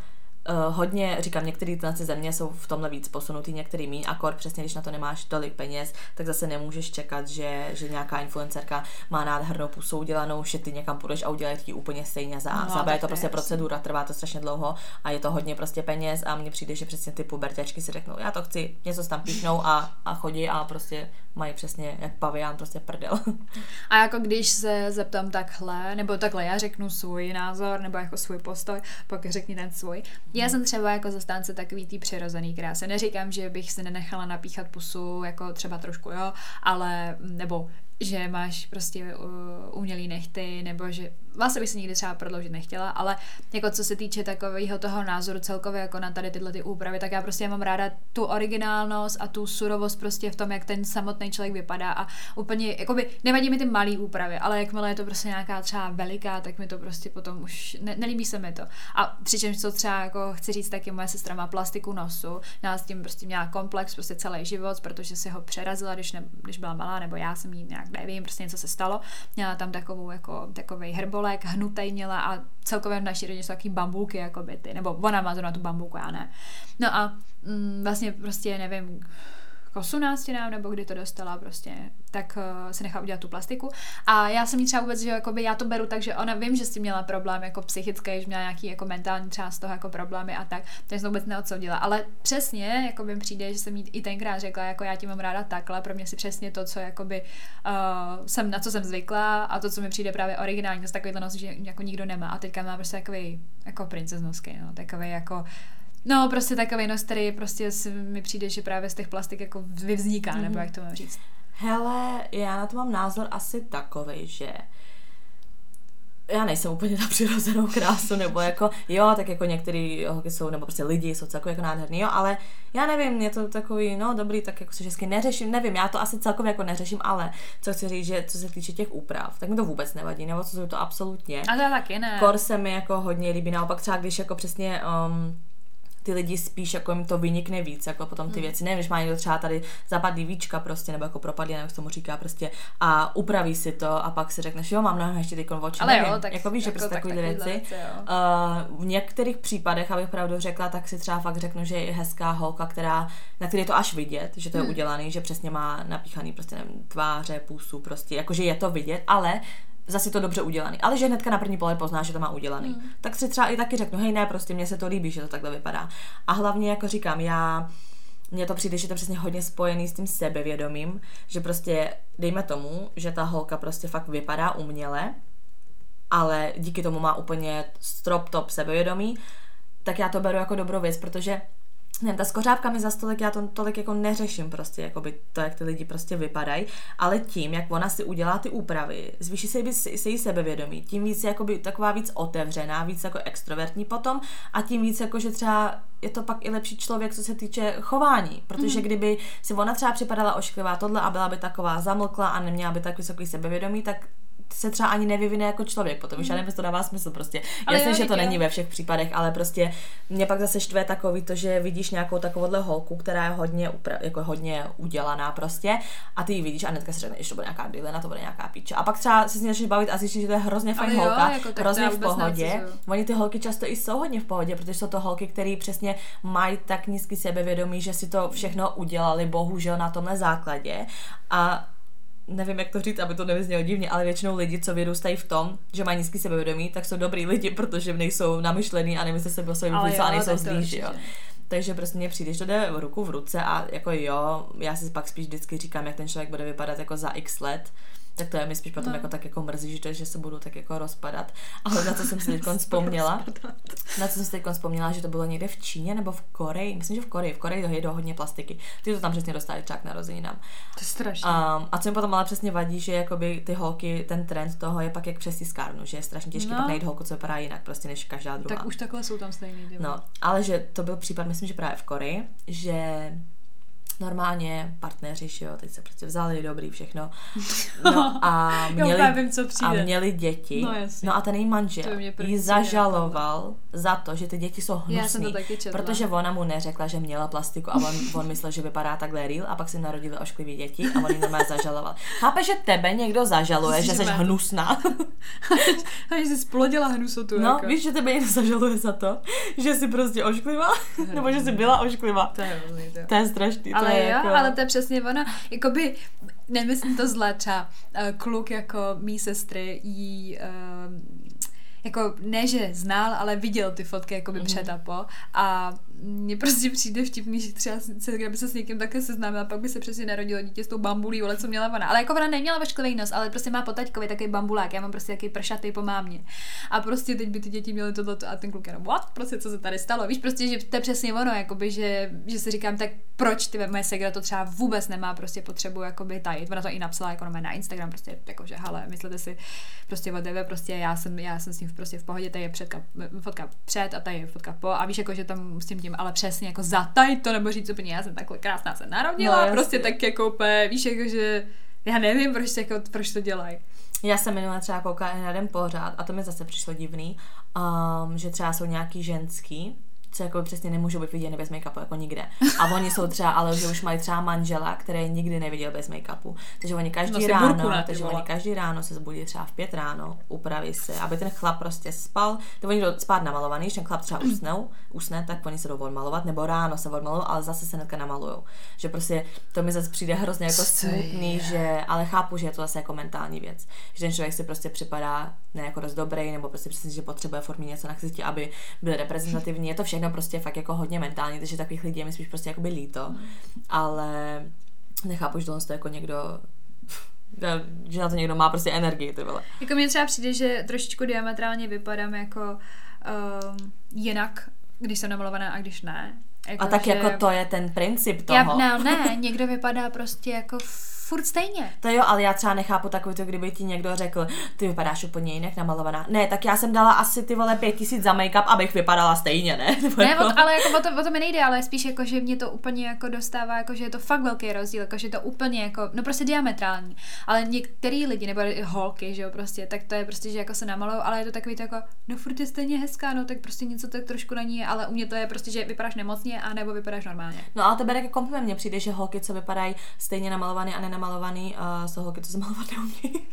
hodně, říkám, některé ty země jsou v tomhle víc posunutý, některý míň, akor přesně, když na to nemáš tolik peněz, tak zase nemůžeš čekat, že nějaká influencerka má nádhernou pusu udělanou, že ty někam půjdeš a udělají ti úplně stejně za je to prostě procedura, trvá to strašně dlouho a je to hodně prostě peněz a mně přijde, že přesně ty puberťačky si řeknou, já to chci, něco tam píšnou a chodí a prostě mají přesně jak pavián prostě prdel. A jako když se zeptám takhle, nebo takhle já řeknu svůj názor, nebo jako svůj postoj, pak řekni ten svůj. Já jsem třeba jako zastánce takový tý přirozený krásy. Neříkám, že bych si nenechala napíchat pusu, jako třeba trošku, jo, ale, nebo že máš prostě umělý nechty, nebo že vlastně bych si nikdy třeba prodloužit nechtěla, ale jako co se týče takového toho názoru celkově jako na tady tyhle ty úpravy, tak já prostě mám ráda tu originálnost a tu surovost prostě v tom, jak ten samotný člověk vypadá a úplně, jakoby nevadí mi ty malý úpravy, ale jakmile je to prostě nějaká třeba veliká, tak mi to prostě potom už nelíbí se mi to. A přičemž co třeba jako chci říct, taky moje sestra má plastiku nosu, měla s tím prostě měla komplex prostě celý život, protože si ho přerazila, když byla malá, nebo já jsem jí nějak nevím, prostě něco se stalo. Měla tam takovej hrbolek, hnutej měla a celkově v naší rodině jsou taky bambulky jako byty, nebo ona má to na tu bambulku, já ne. No a vlastně prostě nevím, k 18 nebo kdy to dostala prostě, tak si nechala udělat tu plastiku. A já jsem jí třeba vůbec, že jakoby já to beru tak, že ona vím, že s tím měla problém jako psychický, že měla nějaký jako mentální třeba z toho jako problémy a tak, takže jsem to vůbec neodsoudila. Ale přesně, jako mi přijde, že jsem jí i tenkrát řekla, jako já ti mám ráda takhle, pro mě si přesně to, co jakoby na co jsem zvyklá a to, co mi přijde právě originální, to takovýhle nos, že jako nikdo nemá. A teďka má prostě takový jako princeznosky, no, takový jako no, prostě takový nos, který prostě mi přijde, že právě z těch plastik jako vyvzniká, nebo jak to mám říct. Hele, já na to mám názor asi takovej, že já nejsem úplně na přirozenou krásu, nebo jako, jo, tak jako některý holky jsou, nebo prostě lidi jsou celkově jako nádherný, jo, ale já nevím, je to takový, no dobrý, tak jako se vždycky neřeším, nevím, já to asi celkově jako neřeším, ale co chci říct, že co se týče těch úprav, tak mi to vůbec nevadí, nebo co to absolutně. A to taky ne. Kor se mi jako hodně líbí, naopak třeba když jako přesně ty lidi spíš jako jim to vynikne víc, jako potom ty věci. Nevím, když má někdo třeba tady zapadlý víčka prostě, nebo jako propadlý, jak se tomu říká prostě, a upraví si to a pak si řekneš, jo, mám mnohem ještě teď oči, ale nevím. Jo, tak jako víš, že prostě takovýhle věci. V některých případech, abych pravdu řekla, tak si třeba fakt řeknu, že je hezká holka, na který je to až vidět, že to je udělaný, že přesně má napíchaný prostě nevím, tváře, pusu, prostě, jakože je to vidět, ale zase to dobře udělaný. Ale že hnedka na první pohled poznáš, že to má udělaný. Tak si třeba i taky řeknu, hej ne, prostě mně se to líbí, že to takhle vypadá. A hlavně, jako říkám, mně to přijde, že to přesně hodně spojený s tím sebevědomím, že prostě dejme tomu, že ta holka prostě fakt vypadá uměle, ale díky tomu má úplně strop top sebevědomí, tak já to beru jako dobrou věc, protože nevím, ta skořápka mi zas tolik, já to tolik jako neřeším prostě, jakoby to, jak ty lidi prostě vypadají, ale tím, jak ona si udělá ty úpravy, zvýší se jí sebevědomí, tím víc je jakoby taková víc otevřená, víc jako extrovertní potom a tím víc jako, že třeba je to pak i lepší člověk, co se týče chování, protože kdyby si ona třeba připadala ošklivá tohle a byla by taková zamlklá a neměla by tak vysoký sebevědomí, tak se třeba ani nevyvine jako člověk potom, víš, já nevím, to dává smysl prostě. Jasně, že to není ve všech případech, ale prostě mě pak zase štve takový to, že vidíš nějakou takovouhle holku, která je hodně udělaná prostě a ty ji vidíš a hnedka si řekneš, že to bude nějaká dilena, to bude nějaká píča. A pak třeba se s ní začneš bavit a zjistíš, že to je hrozně fajn holka, jako hrozně v pohodě. Oni ty holky často i jsou hodně v pohodě, protože jsou to holky, které přesně mají tak nízký sebevědomí, že si to všechno udělali bohužel na tomhle základě a nevím, jak to říct, aby to nevyznělo divně, ale většinou lidi, co vyrůstají v tom, že mají nízký sebevědomí, tak jsou dobrý lidi, protože nejsou namyšlený a nemyslí se o svém a nejsou zlí, že jo. Takže prostě mně přijde, že to jde ruku v ruce a jako jo, já si pak spíš vždycky říkám, jak ten člověk bude vypadat jako za x let, tak to je mi spíš potom jako tak jako mrzí, že se budu tak jako rozpadat. Ale na co jsem si teď vzpomněla, že to bylo někde v Číně nebo v Koreji, myslím, že v Koreji jedou hodně plastiky. Ty to tam přesně dostali třeba k narozeninám. To je strašně. A co mi potom ale přesně vadí, že jakoby ty holky, ten trend toho je pak jak přes tiskárnu, že je strašně těžké pak najít holku, co vypadá jinak, prostě než každá druhá. Tak už takhle jsou tam stejný. No, ale že to byl případ, myslím, že právě v Koreji, že normálně partneři, že jo, teď se prostě vzali, dobrý, všechno. No a měli děti. No a ten její manžel jí zažaloval za to, že ty děti jsou hnusný. Já jsem to taky četla. Protože ona mu neřekla, že měla plastiku a on myslel, že vypadá takhle real a pak se narodili ošklivý děti a on jí normálně zažaloval. Chápeš, že tebe někdo zažaluje, že jsi hnusná? A že jsi splodila hnusotu. No, jako. Víš, že tebe někdo zažaluje za to, že jsi prostě ošklivá? Nebo že jsi byla ošklivá? To je strašný. Ale je jo, jako... ale to je přesně ono. Jakoby, nemyslím to zle, třeba kluk jako mý sestry jí jako ne, že znal, ale viděl ty fotky jakoby před a po a mně prostě přijde vtipný, že třeba kdyby se s někým také seznámila, pak by se přesně narodilo dítě s tou bambulí, co měla ona. Ale jako ona neměla ošklivý nos, ale prostě má po taťkovi takový bambulák, já mám prostě takový pršatý po mámě. A prostě teď by ty děti měly tohleto a ten kluk jenom what? Prostě co se tady stalo? Víš, prostě, že to je přesně ono, jakoby, že si říkám, tak proč ty moje segra to třeba vůbec nemá prostě potřebu jakoby tajit. Ona to i napsala jako na Instagram, prostě jakože hele, myslíte si prostě whatever, prostě já jsem s ním prostě v pohodě, tady je fotka před a tady je fotka po a víš, jako, že tam s tím ale přesně jako zatajit to, nebo říct úplně, já jsem takhle krásná se narodila, no, prostě tak jako úplně, víš, jako, že já nevím, proč to dělají. Já jsem minule třeba koukala na jeden pořád a to mi zase přišlo divný, že třeba jsou nějaký ženský, co jako přesně nemůžou být viděny bez make-upu, jako nikde. A oni jsou třeba, ale že už mají třeba manžela, který nikdy neviděl bez make-upu. Takže oni každý ráno se zbudí třeba v 5 ráno, upraví se, aby ten chlap prostě spal, to oni jdou spát namalovaný, když ten chlap třeba usne, tak oni se jdou odmalovat, nebo ráno se odmalujou, ale zase se hnedka namalujou. Že prostě to mi zase přijde hrozně jako smutný, že, ale chápu, že je to zase jako mentální věc. Že ten člověk si prostě připadá ne jako dost dobrý, nebo prostě přesně, že potřebuje formě něco na ksichti, aby byl reprezentativní. Je to všechno prostě fakt jako hodně mentální, takže takových lidí je mi spíš prostě jakoby líto, ale nechápu, že tohle jako někdo, že na to někdo má prostě energii, ty vole. Jako mně třeba přijde, že trošičku diametrálně vypadám jako jinak, když jsem namalovaná a když ne. Jako, a tak že... jako to je ten princip toho. Ne, někdo vypadá prostě jako furt stejně. To jo, ale já třeba nechápu takový to, kdyby ti někdo řekl, ty vypadáš úplně jinak namalovaná. Ne, tak já jsem dala asi ty vole 5000 za make-up, abych vypadala stejně, ne? Ne, ale jako o to mi nejde, ale spíš jako, že mě to úplně jako dostává, jako, že je to fakt velký rozdíl, jako, že je to úplně jako, no prostě diametrální. Ale některý lidi, nebo holky, že jo, prostě, tak to je prostě, že jako se namalou, ale je to takový to jako, no furt je stejně hezká, no tak prostě něco tak trošku na ní je, ale u mě to je prostě, že vypadáš nemocně a nebo vypadáš normálně. No ale to bere jako kompliment, mně přijde, že holky, co vypadají stejně namalované a nenamalovaný, jsou holky, co se malovat neumí.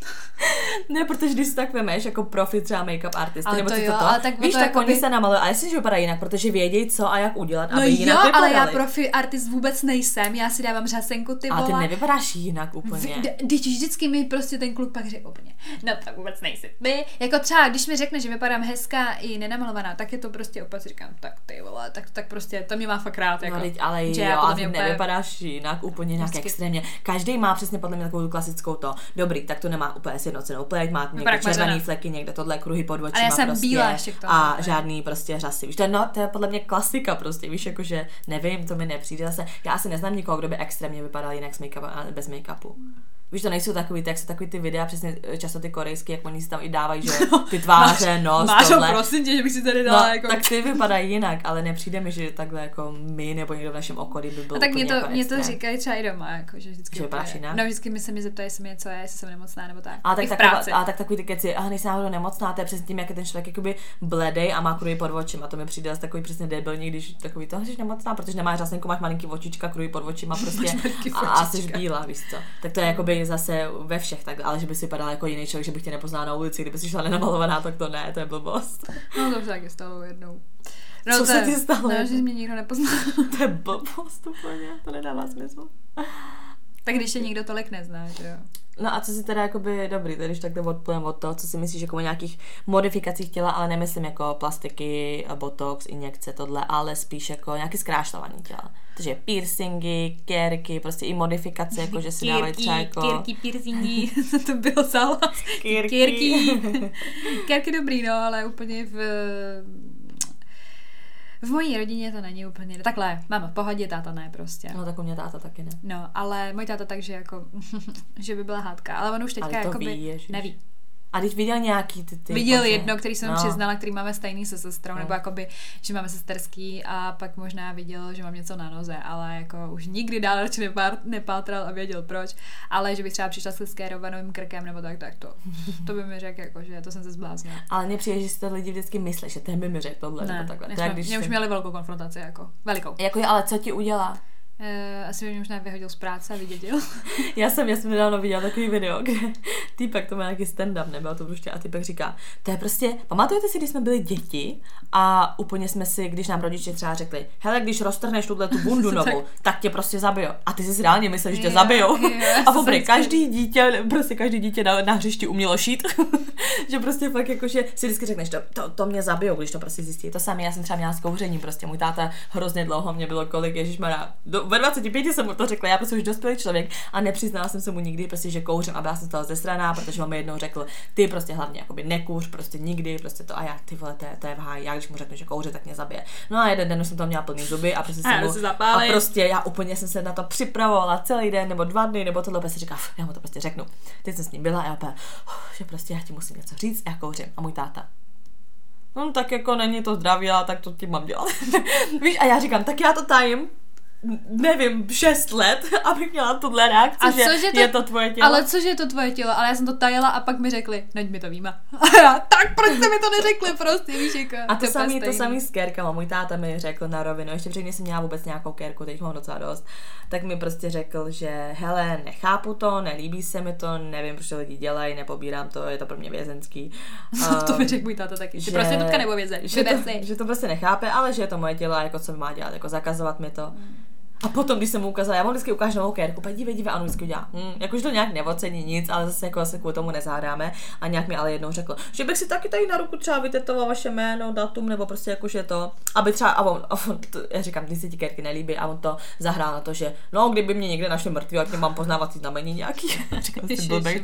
Ne, protože když si tak vemeš jako profi třeba make-up artisty, nebo to, ale tak víš, to tak jako oni se namalují, ale jestli že vypadá jinak, protože vědějí, co a jak udělat, aby jinak vypadali. Ale já profi artist vůbec nejsem, já si dávám řasenku, ty vole. Ale ty nevypadáš jinak úplně. Když vždycky mi prostě ten kluk pak řekl úplně, no tak vůbec nejsi ty. Jako třeba, když mi řekne, že vypadám hezká i nenamalovaná, tak je to prostě opět říkám, tak ty vole, tak prostě to mě má fakt rád. Jako, no, ale jo, a ty nevypadáš jinak, úplně nějak extrémně. Každý má přesně podle mě takovou klasickou to. Dobrý, tak to nemá úplně sjednocenou pleť, má někde červený fleky, někde tohle kruhy pod očima. A já jsem prostě, bílá ještě k tomu. A žádný prostě řasy. Víš, to je podle mě klasika prostě, víš, jakože nevím, to mi nepřijde zase. Já asi neznám nikoho, kdo by extrémně vypadal jinak s make-upem a bez make-upu. Víš, to nejsou takový, jak jsou takový ty videa, přesně často ty korejský, jak oni si tam i dávají, že ty tváře, nos, tohle. Prosím tě, že bych si tady dala no, jako... tak ty vypadají jinak, ale nepřijde mi, že takhle jako my nebo někdo v našem okolí by byl tak úplně mě to říkají třeba i doma, jako, že vždycky vypadáš jinak. No, vždycky mi se mi zeptají, jestli něco je, jestli jsem nemocná nebo tak. A tak takový ty keci, nejsem náhodou nemocná, to je přesně tím, jak je ten člověk jakoby bledej a má kruhy pod očima. To mi přijde asi takový přesně debilní, když takový to jsi nemocná, protože nemáš řasenku, máš malinký očička, kruhy pod očima prostě a jsi bílá, víš co. Tak to je jakoby zase ve všech tak, ale že by si vypadala jako jiný člověk, že bych tě nepoznala na ulici, kdyby si šla nenamalovaná, tak to ne, to je blbost. No to tak je stalo jednou. No, co se ti stalo? No, že mě nikdo nepoznal. To je blbost úplně, to nedává smysl. Tak když tě nikdo tolik nezná, že jo. No a co si teda jakoby dobrý, tedy když takhle odplujeme od toho, co si myslíš jako o nějakých modifikacích těla, ale nemyslím jako plastiky, botox, injekce, tohle, ale spíš jako nějaký zkrášlování těla. Takže piercingy, kérky, prostě i modifikace, jako že si dávají třeba jako... Kérky, piercingy, to bylo záhlas. Kérky dobrý, no, ale úplně v mojí rodině to není úplně, takhle, máma v pohodě, táta ne prostě. No tak u mě táta taky ne. No, ale můj táta takže jako, že by byla hádka, ale on už teďka jakoby neví. A když viděl nějaký ty viděl jedno, který jsem přiznala, který máme stejný se sestrou, nebo jakoby, že máme sesterský a pak možná viděl, že mám něco na noze, ale jako už nikdy dál radši nepátral a věděl proč, ale že bych třeba přišla s skérovaným krkem nebo tak to by mi řekl, jako, že to jsem se zbláznila. Ale mně přijde, že si to lidi vždycky myslí, že ten by mi řekl tohle nebo takhle. Mě už měli velkou konfrontaci, jako velikou. Jako, ale co ti udělá? Asi by mě možná vyhodil z práce a vydědil. Já jsem nedávno viděla takový video, kde týpek, to má nějaký stand-up, nebyl to prostě, a týpek říká, to je prostě, pamatujete si, když jsme byli děti a úplně jsme si, když nám rodiče třeba řekli, hele, když roztrhneš tuhle tu bundu novou, tak tě prostě zabijou. A ty si reálně myslíš, že tě zabijou. A poprvé, každý dítě na hřišti umělo šít. Že prostě fakt jako, že si vždycky řekneš, to mě zabijou, když to prostě zjistí. To samé, já jsem třeba měla s kouřením, prostě můj táta hrozně dlouho, mě bylo kolik, ježišmarja, ve 25 jsem mu to řekla, já prostě už dospělý člověk a nepřiznala jsem se mu nikdy, prostě, že kouřím a byla jsem z toho zesraná, protože on mi jednou řekl, ty prostě hlavně jakoby nekouř, prostě nikdy, prostě to a já, ty vole, to je v háji, já když mu řeknu, že kouří, tak mě zabije. No a jeden den už jsem to měla plný zuby a prostě a prostě já úplně jsem se na to připravovala celý den nebo 2 dny, nebo tohle prostě říká, já mu to prostě řeknu. Teď jsem s ním byla a já opět, že prostě já ti musím něco říct, já kouřím. A můj táta, no tak jako není to zdraví, ale tak to ti mám dělat. Víš, a já říkám, tak já to tajím, nevím, 6 let, abych měla tuhle reakci, a že je to tvoje tělo. Ale cože je to tvoje tělo? Ale já jsem to tajila a pak mi řekli, neď mi to víme. A já, tak proč jste mi to neřekli prostě, víš, jako. A to samý s kérkama, můj táta mi řekl na rovinu, ještě předtím jsem měla vůbec nějakou kérku, teď mám docela dost, tak mi prostě řekl, že hele, nechápu to, nelíbí se mi to, nevím, proč to lidi dělají, nepobírám to, je to pro mě vězenský. To mi řekl můj táta taky, že prostě tutka nebo vězeň, že to prostě nechápe, ale že je to moje tělo, jako co mi má dělat, jako zakazovat mi to. A potom, když jsem mu ukázala, já mu vždycky ukážu novou kérku, dívej, a on vždycky udělá, jakože to nějak neocení nic, ale zase jako se kvůli tomu nezádáme. A nějak mi ale jednou řekl, že bych si taky tady na ruku třeba vytetoval vaše jméno, datum, nebo prostě jakože to, aby třeba, a on já říkám, když se ti kérky nelíbí, a on to zahrál na to, že no, kdyby mě někde našli mrtvý, tak mám poznávací znamení nějaký. Říkám, ty blbej.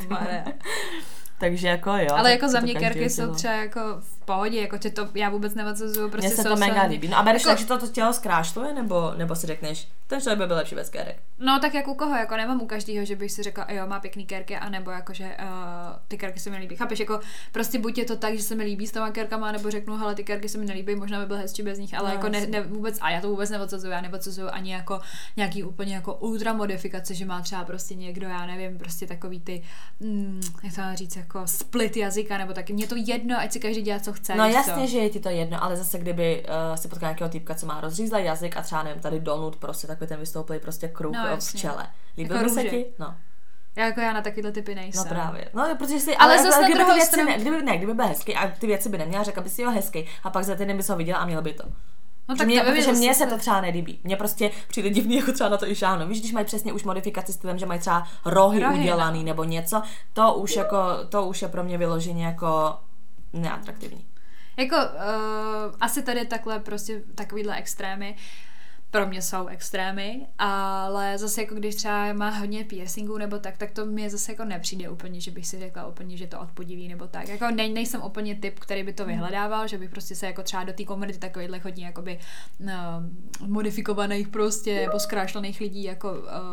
Takže jako jo. Ale jako za mě kérky jsou třeba jako v pohodě, jako tě to já vůbec neodsuzuju, prostě mně se to mega líbí. No a bereš jako, tak, že to tělo zkrášluje, nebo si řekneš, ten člověk by byl lepší bez kérek? No tak jak u koho, jako nemám u každého, že bych si řekla, jo, má pěkný kérky, anebo jako, že ty kérky se mi líbí. Chápeš, jako prostě buď je to tak, že se mi líbí s těma kérkama, nebo řeknu, hele, ty kérky se mi nelíbí, možná by byl hezčí bez nich, ale no, jako ne, vůbec, a já to vůbec neodsuzuju, já neodsuzuju ani jako nějaký úplně jako ultra modifikace, že má třeba prostě někdo, já nevím, prostě takový ty, jak to mám říct, jako split jazyka, nebo taky, mně to jedno, ať si každý dělá, co chce. No jasně, že je ti to jedno, ale zase kdyby si potkal nějakého týpka, co má rozřízlý jazyk a třeba nevím, tady donut prostě takový ten vystouplý prostě kruh v čele. Líbil by se ti? No. Já na takovýhle typy nejsem. No právě. No, protože si, ale zase kdyby ty věci kdyby byl hezký a ty věci by neměla, řekla by si ho hezký a pak za týden bys ho viděla a měl by to. No tak protože mně se to třeba nelíbí. Mně prostě přijde divný, jako třeba na to i šáhnu. Víš, když mají přesně už modifikaci stylem, že mají třeba rohy udělaný nebo něco, to už je pro mě vyloženě jako neatraktivní. Jako asi tady takhle prostě takovýhle extrémy pro mě jsou extrémy, ale zase jako když třeba má hodně piercingů nebo tak to mi zase jako nepřijde úplně, že bych si řekla úplně, že to odpudiví nebo tak. Jako nejsem úplně typ, který by to vyhledával, že bych prostě se jako třeba do té komunity takovýhle hodně jakoby modifikovaných prostě poskrášlených lidí jako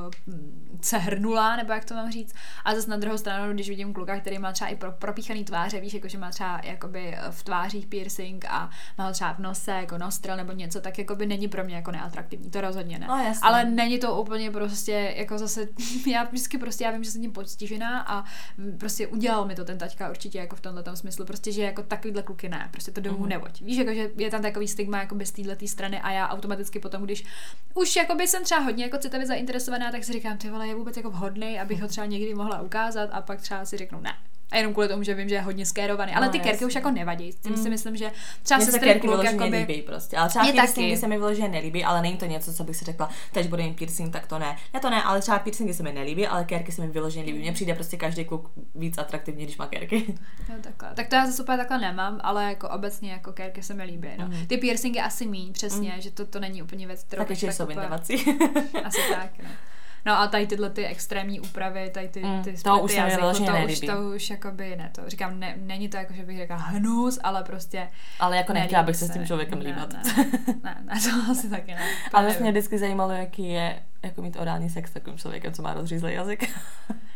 se hrnula, nebo jak to mám říct. A zase na druhou stranu, když vidím kluka, který má třeba i propíchaný tváře, víš, jako že má třeba jakoby v tvářích piercing a má třeba v nose jako nostril nebo něco, tak jakoby není pro mě jako neatraktivní. To rozhodně ne. No, ale není to úplně prostě jako zase já vždycky prostě já vím, že jsem tím postižená a prostě udělal mi to ten taťka určitě jako v tomhletom smyslu, prostě že jako takovýhle kluky ne, prostě to domů nevoď. Víš, jako že je tam takový stigma jakoby z této strany a já automaticky potom, když už jakoby jsem třeba hodně jako citově zainteresovaná, tak si říkám, ty vole, je vůbec jako vhodný, abych ho třeba někdy mohla ukázat a pak třeba si řeknu ne. A jenom kvůli tomu, že vím, že je hodně skérovaný. Ale ty kérky už jako nevadí. Tím si myslím, že třeba se kérky vyloženě nelíbí prostě. Ale třeba piercingy se mi vyloženě nelíbí, ale není to něco, co bych si řekla, teď bude jen piercing, tak to ne. Ne to ne, ale třeba piercingy se mi nelíbí, ale kérky se mi vyloženě líbí. Mně přijde prostě každý kluk víc atraktivní, když má kérky. No, takhle. Tak to já zase úplně takhle nemám, ale jako obecně jako kérky se mi líbí. No. Ty piercingy asi míň, přesně, že to není úplně věc, kterou tak jsou vyndávací. Asi tak, no. No a tady tyhle ty extrémní úpravy, tady ty to už se mi vyloženě nelíbí. To už jakoby ne, to říkám, není to jako, že bych řekla hnus, ale prostě ale jako nechtěla bych se s tím člověkem líbat. Ne, to asi taky ne. Ale mě vždycky zajímalo, jaký je jako mít orální sex s takovým člověkem, co má rozřízlý jazyk.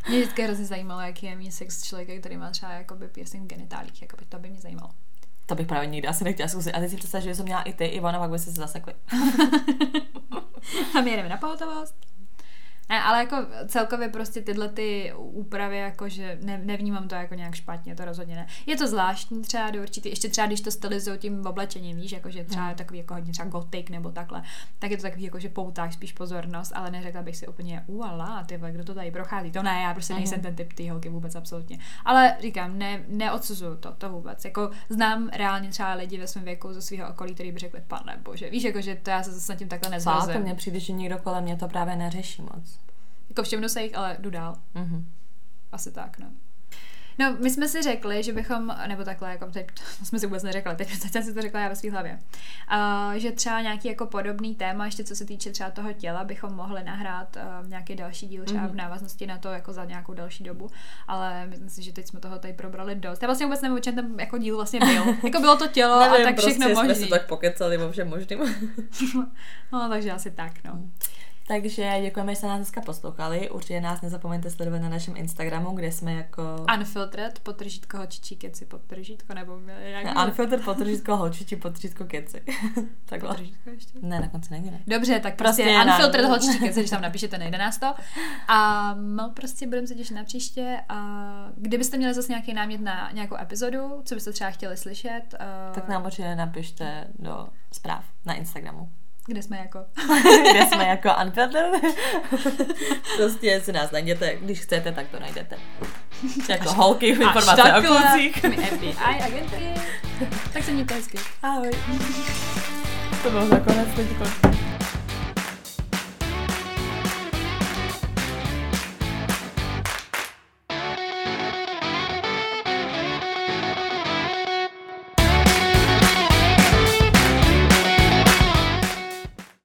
Mě vždycky hrozně zajímalo, jaký je mít sex s člověkem, který má třeba jakoby piercing v genitálích, jakoby to by mě zajímalo. To bych právě nikdy asi nechtěla zkusit. A teď si představ, že jsem měla i ty, Ivona, pak by se zasekli. A my jedeme na pohotovost. Ne, ale jako celkově prostě tyhle ty úpravy, jakože nevnímám to jako nějak špatně, to rozhodně ne. Je to zvláštní třeba do určitý, ještě třeba když to stylizují tím oblečením, víš, jakože třeba je takový jako hodně třeba gotik nebo takhle, tak je to takový jako, že poutáš spíš pozornost, ale neřekla bych si úplně uala, ty kdo to tady prochází, to ne, já prostě nejsem ten typ ty holky vůbec absolutně. Ale říkám, neodsuzuju to vůbec, jako znám reálně třeba lidi ve svém věku ze svého okolí, který by řekli, pane bože, víš, jakože to já se zase nad tím takhle nezrazím. To mně přijde, že nikdo kolem mě to právě neřeší moc. Jako všimnu se jich, ale jdu dál. Asi tak, no. No, my jsme si řekli, že bychom, nebo takhle, jako teď jsme si vůbec neřekli, teď jsem si to řekla já ve svý hlavě, že třeba nějaký jako podobný téma, ještě co se týče třeba toho těla, bychom mohli nahrát nějaký další díl třeba v návaznosti na to jako za nějakou další dobu, ale myslím si, že teď jsme toho tady probrali dost. Já vlastně vůbec nevím, o čem ten jako díl vlastně byl. Jako bylo to tělo nevím, a tak prostě všechno možný. Jsme se tak pokecali o všem možným. No, takže asi tak, no. Takže děkujeme, že jste nás dneska poslouchali. Určitě nás nezapomeňte sledovat na našem Instagramu, kde jsme jako... Unfiltered, _ holčičí keci, _ nebo jak... Unfiltered, _ holčičí, _ keci. Takhle. Podržítko ještě? Ne, na konci nejde. Dobře, tak prostě Unfiltered, holčičí keci, když tam napíšete, nejde nás to. A no, prostě budeme se těšit na příště. A kdybyste měli zase nějaký námět na nějakou epizodu, co byste třeba chtěli slyšet... Tak nám určitě napište do zpráv na Instagramu. Kde jsme jako? Kde jsme jako Unfiltered. Prostě si nás najděte, když chcete, tak to najdete. Jako holky, informace o klucích. My FBI agentury. Tak se mějte hezky. Ahoj. To bylo nakonec teďko.